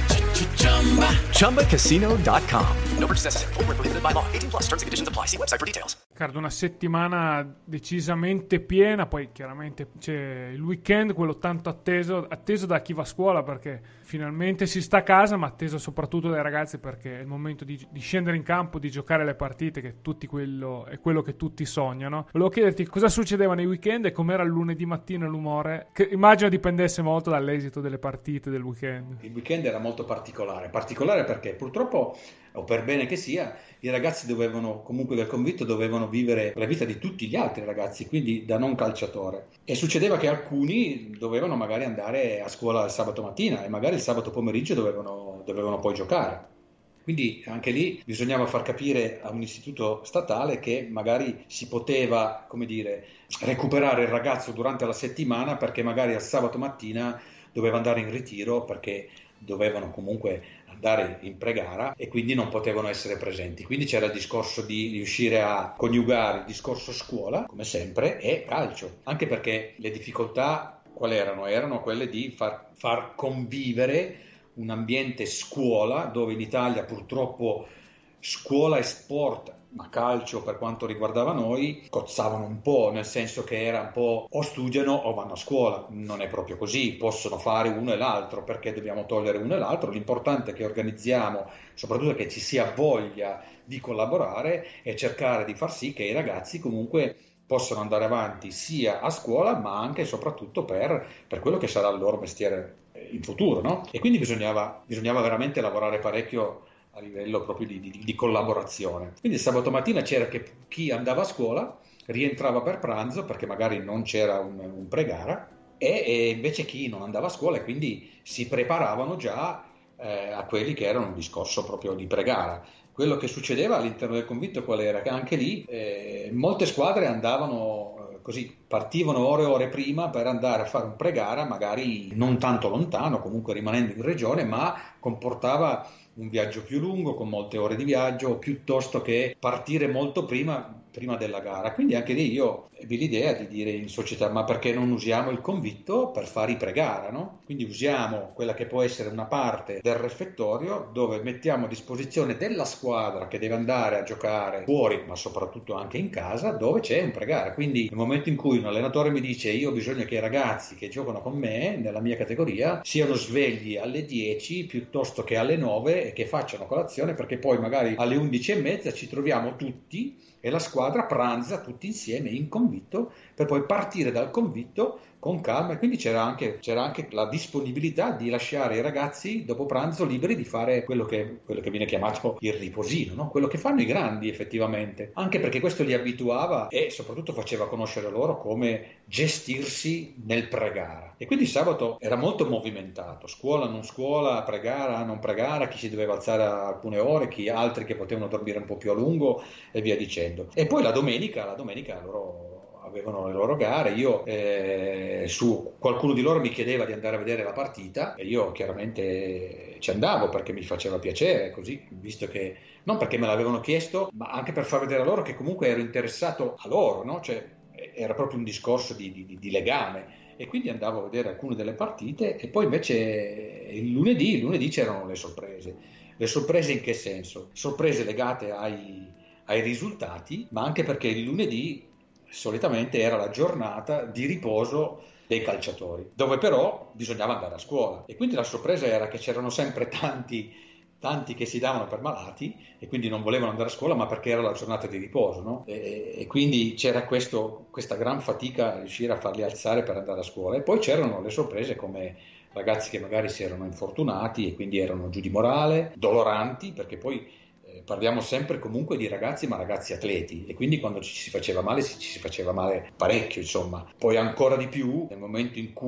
Chumba Casino dot com. No purchase necessary. Void where prohibited by law. eighteen plus. Terms and conditions apply. See website for details. Riccardo, una settimana decisamente piena, poi chiaramente c'è il weekend, quello tanto atteso, atteso da chi va a scuola, perché finalmente si sta a casa, ma atteso soprattutto dai ragazzi, perché è il momento di, di scendere in campo, di giocare le partite, che tutti quello è quello che tutti sognano. Volevo chiederti cosa succedeva nei weekend e com'era il lunedì mattina l'umore, che immagino dipendesse molto dall'esito delle partite del weekend. Il weekend era molto particolare, particolare perché purtroppo, o per bene che sia, i ragazzi dovevano, comunque del convitto, dovevano vivere la vita di tutti gli altri ragazzi, quindi da non calciatore. E succedeva che alcuni dovevano magari andare a scuola il sabato mattina e magari il sabato pomeriggio dovevano, dovevano poi giocare. Quindi anche lì bisognava far capire a un istituto statale che magari si poteva, come dire, recuperare il ragazzo durante la settimana, perché magari al sabato mattina doveva andare in ritiro perché dovevano comunque andare in pre-gara e quindi non potevano essere presenti. Quindi c'era il discorso di riuscire a coniugare il discorso scuola, come sempre, e calcio, anche perché le difficoltà quali erano? Erano quelle di far, far convivere un ambiente scuola, dove in Italia purtroppo scuola e sport, ma calcio per quanto riguardava noi, cozzavano un po', nel senso che era un po' o studiano o vanno a scuola. Non è proprio così, possono fare uno e l'altro, perché dobbiamo togliere uno e l'altro. L'importante è che organizziamo, soprattutto che ci sia voglia di collaborare e cercare di far sì che i ragazzi comunque possano andare avanti sia a scuola, ma anche e soprattutto per, per quello che sarà il loro mestiere in futuro, no? E quindi bisognava, bisognava veramente lavorare parecchio a livello proprio di, di, di collaborazione. Quindi sabato mattina c'era che chi andava a scuola rientrava per pranzo, perché magari non c'era un, un pre-gara, e, e invece chi non andava a scuola, e quindi si preparavano già eh, a quelli che erano un discorso proprio di pre-gara. Quello che succedeva all'interno del convitto qual era? Che anche lì eh, molte squadre andavano eh, così, partivano ore e ore prima per andare a fare un pre-gara, magari non tanto lontano, comunque rimanendo in regione, ma comportava un viaggio più lungo, con molte ore di viaggio, piuttosto che partire molto prima, prima della gara. Quindi anche lì io ebbi l'idea di dire in società: ma perché non usiamo il convitto per fare i pre-gara, no? Quindi usiamo quella che può essere una parte del refettorio, dove mettiamo a disposizione della squadra che deve andare a giocare fuori, ma soprattutto anche in casa, dove c'è un pre-gara. Quindi nel momento in cui un allenatore mi dice: io ho bisogno che i ragazzi che giocano con me nella mia categoria siano svegli alle dieci piuttosto che alle nove, e che facciano colazione, perché poi magari alle undici e mezza ci troviamo tutti e la squadra pranza tutti insieme in convitto, per poi partire dal convitto con calma. E quindi c'era anche, c'era anche la disponibilità di lasciare i ragazzi dopo pranzo liberi di fare quello che, quello che viene chiamato il riposino, no? Quello che fanno i grandi effettivamente, anche perché questo li abituava e soprattutto faceva conoscere loro come gestirsi nel pre-gara. E quindi sabato era molto movimentato, scuola, non scuola, pre-gara, non pre-gara, chi si doveva alzare a alcune ore, chi altri che potevano dormire un po' più a lungo e via dicendo. E poi la domenica, la domenica loro avevano le loro gare. Io eh, su qualcuno di loro mi chiedeva di andare a vedere la partita e io chiaramente ci andavo perché mi faceva piacere, così, visto che non perché me l'avevano chiesto, ma anche per far vedere a loro che comunque ero interessato a loro, no? Cioè era proprio un discorso di, di, di legame. E quindi andavo a vedere alcune delle partite. E poi invece il lunedì, il lunedì c'erano le sorprese. Le sorprese in che senso? Sorprese legate ai, ai risultati, ma anche perché il lunedì solitamente era la giornata di riposo dei calciatori, dove però bisognava andare a scuola. E quindi la sorpresa era che c'erano sempre tanti, tanti che si davano per malati e quindi non volevano andare a scuola, ma perché era la giornata di riposo, no? E, e quindi c'era questo, questa gran fatica a riuscire a farli alzare per andare a scuola. E poi c'erano le sorprese come ragazzi che magari si erano infortunati e quindi erano giù di morale, doloranti, perché poi parliamo sempre comunque di ragazzi, ma ragazzi atleti, e quindi quando ci si faceva male ci si faceva male parecchio, insomma. Poi ancora di più nel momento in cui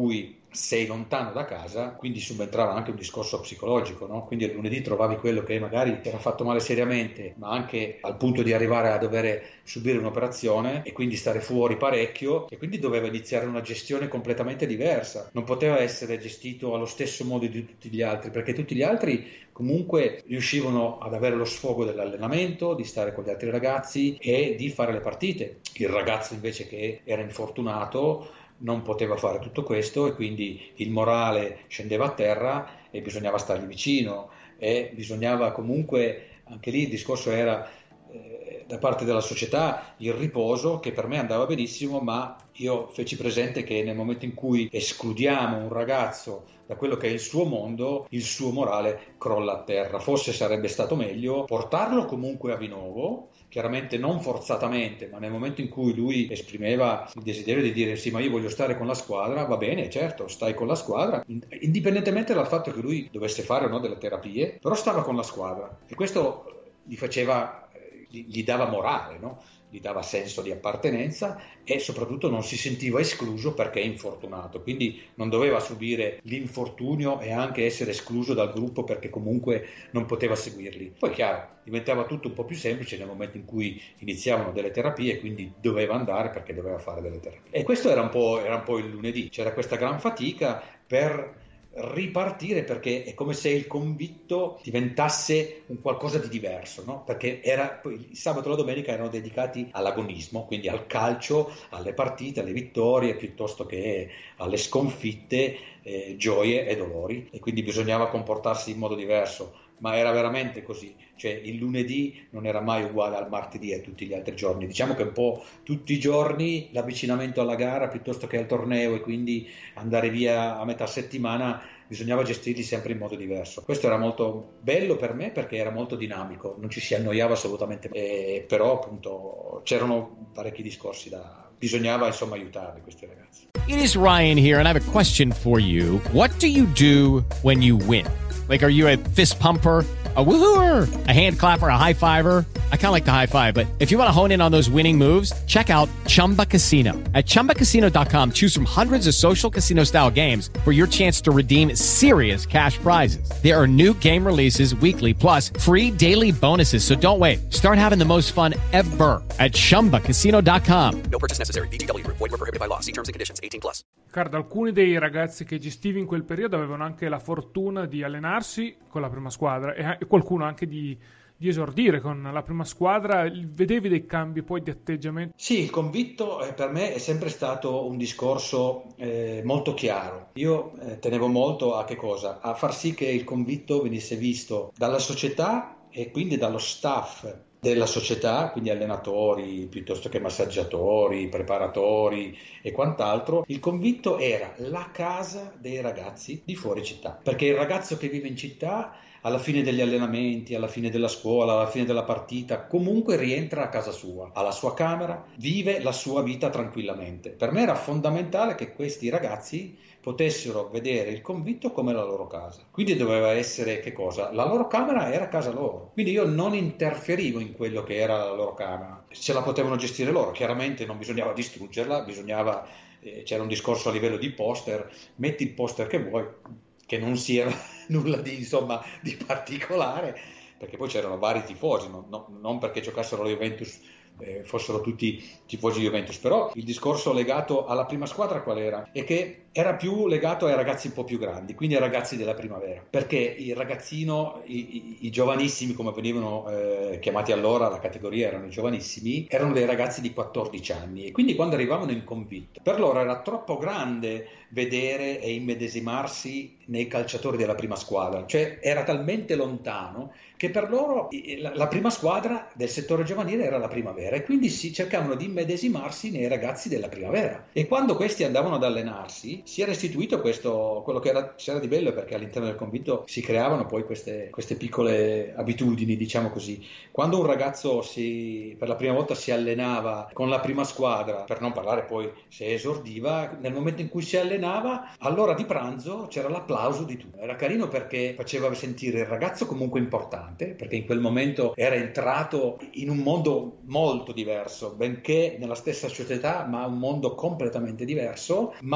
sei lontano da casa, quindi subentrava anche un discorso psicologico, no? Quindi il lunedì trovavi quello che magari ti era fatto male seriamente, ma anche al punto di arrivare a dover subire un'operazione e quindi stare fuori parecchio, e quindi doveva iniziare una gestione completamente diversa. Non poteva essere gestito allo stesso modo di tutti gli altri, perché tutti gli altri comunque riuscivano ad avere lo sfogo dell'allenamento, di stare con gli altri ragazzi e di fare le partite. Il ragazzo invece che era infortunato non poteva fare tutto questo, e quindi il morale scendeva a terra e bisognava stargli vicino, e bisognava comunque, anche lì il discorso era eh, da parte della società il riposo, che per me andava benissimo, ma io feci presente che nel momento in cui escludiamo un ragazzo da quello che è il suo mondo, il suo morale crolla a terra. Forse sarebbe stato meglio portarlo comunque a Vinovo, chiaramente non forzatamente, ma nel momento in cui lui esprimeva il desiderio di dire sì, ma io voglio stare con la squadra, va bene, certo, stai con la squadra, indipendentemente dal fatto che lui dovesse fare o no delle terapie, però stava con la squadra, e questo gli faceva, gli dava morale, no? Gli dava senso di appartenenza, e soprattutto non si sentiva escluso perché è infortunato, quindi non doveva subire l'infortunio e anche essere escluso dal gruppo perché comunque non poteva seguirli. Poi chiaro, diventava tutto un po' più semplice nel momento in cui iniziavano delle terapie, quindi doveva andare perché doveva fare delle terapie. E questo era un po', era un po' il lunedì, c'era questa gran fatica per ripartire, perché è come se il convitto diventasse un qualcosa di diverso, no? Perché era, poi il sabato e la domenica erano dedicati all'agonismo, quindi al calcio, alle partite, alle vittorie, piuttosto che alle sconfitte, eh, gioie e dolori, e quindi bisognava comportarsi in modo diverso. Ma era veramente così, cioè il lunedì non era mai uguale al martedì e a tutti gli altri giorni. Diciamo che un po' tutti i giorni l'avvicinamento alla gara piuttosto che al torneo, e quindi andare via a metà settimana, bisognava gestirli sempre in modo diverso. Questo era molto bello per me perché era molto dinamico, non ci si annoiava assolutamente, e però appunto c'erano parecchi discorsi da... bisognava insomma aiutarli questi ragazzi. It is Ryan here, and I have a question for you. What do you do when you win? Like, are you a fist pumper, a woohooer, a hand clapper, a high fiver? I kind of like the high five, but if you want to hone in on those winning moves, check out Chumba Casino. At chumba casino dot com, choose from hundreds of social casino style games for your chance to redeem serious cash prizes. There are new game releases weekly, plus free daily bonuses. So don't wait. Start having the most fun ever at chumba casino dot com. No purchase necessary. V G W. Void where prohibited by law. See terms and conditions. eighteen plus. Riccardo, alcuni dei ragazzi che gestivi in quel periodo avevano anche la fortuna di allenarsi con la prima squadra, e qualcuno anche di, di esordire con la prima squadra. Vedevi dei cambi poi di atteggiamento? Sì, il convitto eh, per me è sempre stato un discorso eh, molto chiaro. Io eh, tenevo molto a che cosa? A far sì che il convitto venisse visto dalla società e quindi dallo staff della società, quindi allenatori piuttosto che massaggiatori, preparatori e quant'altro. Il convitto era la casa dei ragazzi di fuori città, perché il ragazzo che vive in città alla fine degli allenamenti, alla fine della scuola, alla fine della partita, comunque rientra a casa sua, alla sua camera, vive la sua vita tranquillamente. Per me era fondamentale che questi ragazzi potessero vedere il convitto come la loro casa. Quindi doveva essere che cosa? La loro camera era casa loro. Quindi io non interferivo in quello che era la loro camera. Se la potevano gestire loro, chiaramente non bisognava distruggerla, bisognava, eh, c'era un discorso a livello di poster, metti il poster che vuoi, che non sia nulla di, insomma, di particolare, perché poi c'erano vari tifosi, no, no, non perché giocassero la Juventus eh, fossero tutti tifosi Juventus, però il discorso legato alla prima squadra qual era? È che era più legato ai ragazzi un po' più grandi, quindi ai ragazzi della primavera, perché il ragazzino, i, i, i giovanissimi, come venivano eh, chiamati allora, la categoria erano i giovanissimi, erano dei ragazzi di quattordici anni, e quindi quando arrivavano in convitto, per loro era troppo grande vedere e immedesimarsi nei calciatori della prima squadra, cioè era talmente lontano che per loro la, la prima squadra del settore giovanile era la primavera, e quindi si cercavano di immedesimarsi nei ragazzi della primavera, e quando questi andavano ad allenarsi si era istituito questo, quello che era, c'era di bello, perché all'interno del convitto si creavano poi queste, queste piccole abitudini, diciamo così. Quando un ragazzo si, per la prima volta si allenava con la prima squadra, per non parlare poi se esordiva, nel momento in cui si allenava, all'ora di pranzo c'era l'applauso di tutti. Era carino perché faceva sentire il ragazzo comunque importante, perché in quel momento era entrato in un mondo molto diverso, benché nella stessa società, ma un mondo completamente diverso, ma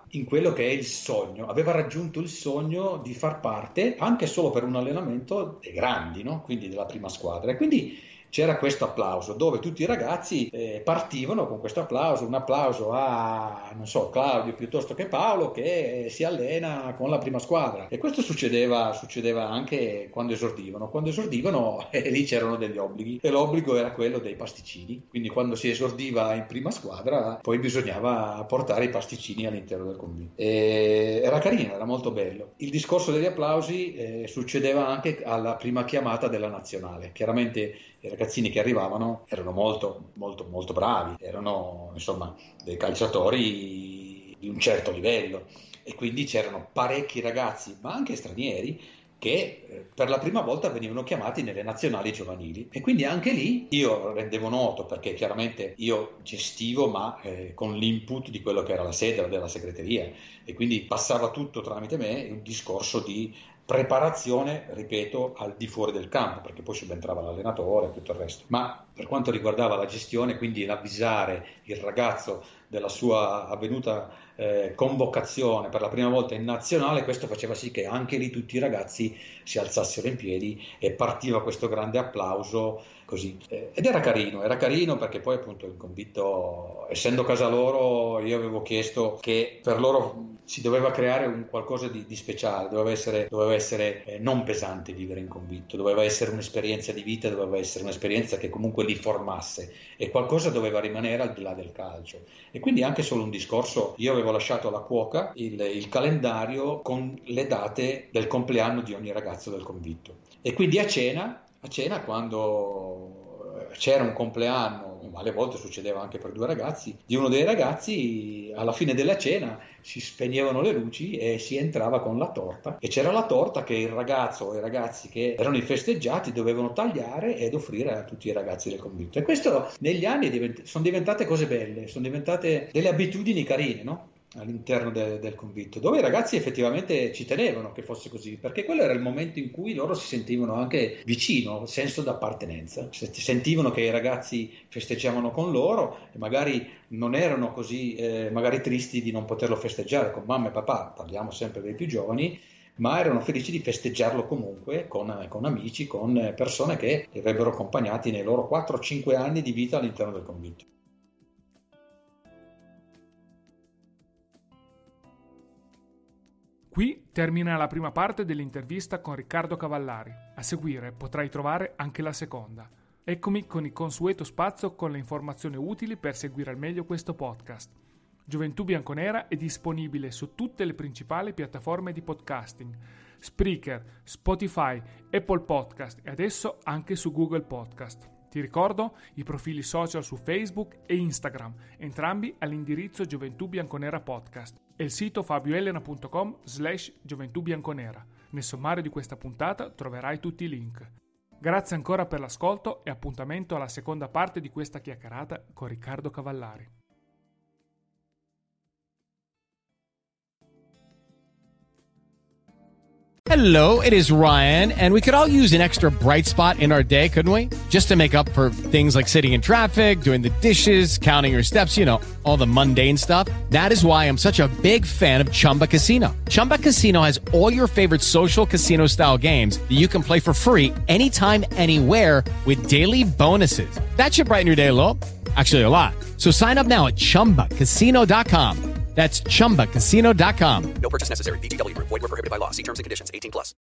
in quello che è il sogno, aveva raggiunto il sogno di far parte, anche solo per un allenamento, dei grandi, no? Quindi della prima squadra. E quindi c'era questo applauso dove tutti i ragazzi eh, partivano con questo applauso, un applauso a, non so, Claudio piuttosto che Paolo che eh, si allena con la prima squadra. E questo succedeva, succedeva anche quando esordivano. Quando esordivano eh, lì c'erano degli obblighi e l'obbligo era quello dei pasticcini. Quindi quando si esordiva in prima squadra poi bisognava portare i pasticcini all'interno del convitto. E era carino, era molto bello. Il discorso degli applausi eh, succedeva anche alla prima chiamata della nazionale. Chiaramente i ragazzini che arrivavano erano molto molto molto bravi, erano insomma dei calciatori di un certo livello e quindi c'erano parecchi ragazzi, ma anche stranieri, che eh, per la prima volta venivano chiamati nelle nazionali giovanili. E quindi anche lì io rendevo noto, perché chiaramente io gestivo ma eh, con l'input di quello che era la sede della segreteria, e quindi passava tutto tramite me, un discorso di preparazione, ripeto, al di fuori del campo, perché poi subentrava l'allenatore e tutto il resto. Ma per quanto riguardava la gestione, quindi l'avvisare il ragazzo della sua avvenuta eh, convocazione per la prima volta in nazionale, questo faceva sì che anche lì tutti i ragazzi si alzassero in piedi e partiva questo grande applauso così. Eh, ed era carino, era carino perché poi appunto il convitto, essendo casa loro, io avevo chiesto che per loro si doveva creare un qualcosa di, di speciale, doveva essere, doveva essere eh, non pesante vivere in convitto, doveva essere un'esperienza di vita, doveva essere un'esperienza che comunque li formasse e qualcosa doveva rimanere al di là del calcio. E quindi anche solo un discorso, io avevo lasciato alla cuoca il, il calendario con le date del compleanno di ogni ragazzo del convitto. E quindi a cena, a cena quando c'era un compleanno, ma alle volte succedeva anche per due ragazzi, di uno dei ragazzi, alla fine della cena si spegnevano le luci e si entrava con la torta, e c'era la torta che il ragazzo o i ragazzi che erano i festeggiati dovevano tagliare ed offrire a tutti i ragazzi del convitto. E questo negli anni divent- sono diventate cose belle, sono diventate delle abitudini carine, no? All'interno de- del convitto, dove i ragazzi effettivamente ci tenevano che fosse così, perché quello era il momento in cui loro si sentivano anche vicino, senso d'appartenenza, sentivano che i ragazzi festeggiavano con loro e magari non erano così eh, magari tristi di non poterlo festeggiare con mamma e papà, parliamo sempre dei più giovani, ma erano felici di festeggiarlo comunque con, con amici, con persone che li avrebbero accompagnati nei loro quattro cinque anni di vita all'interno del convitto. Qui termina la prima parte dell'intervista con Riccardo Cavallari. A seguire potrai trovare anche la seconda. Eccomi con il consueto spazio con le informazioni utili per seguire al meglio questo podcast. Gioventù Bianconera è disponibile su tutte le principali piattaforme di podcasting: Spreaker, Spotify, Apple Podcast e adesso anche su Google Podcast. Ti ricordo i profili social su Facebook e Instagram, entrambi all'indirizzo Gioventù Bianconera Podcast, e il sito fabioelena.com slash Gioventù Bianconera. Nel sommario di questa puntata troverai tutti i link. Grazie ancora per l'ascolto e appuntamento alla seconda parte di questa chiacchierata con Riccardo Cavallari. Hello, it is Ryan, and we could all use an extra bright spot in our day, couldn't we? Just to make up for things like sitting in traffic, doing the dishes, counting your steps, you know, all the mundane stuff. That is why I'm such a big fan of Chumba Casino. Chumba Casino has all your favorite social casino-style games that you can play for free anytime, anywhere with daily bonuses. That should brighten your day a little. Actually, a lot. So sign up now at chumba casino dot com. That's chumba casino dot com. No purchase necessary. V G W Group. Void where prohibited by law. See terms and conditions. eighteen plus.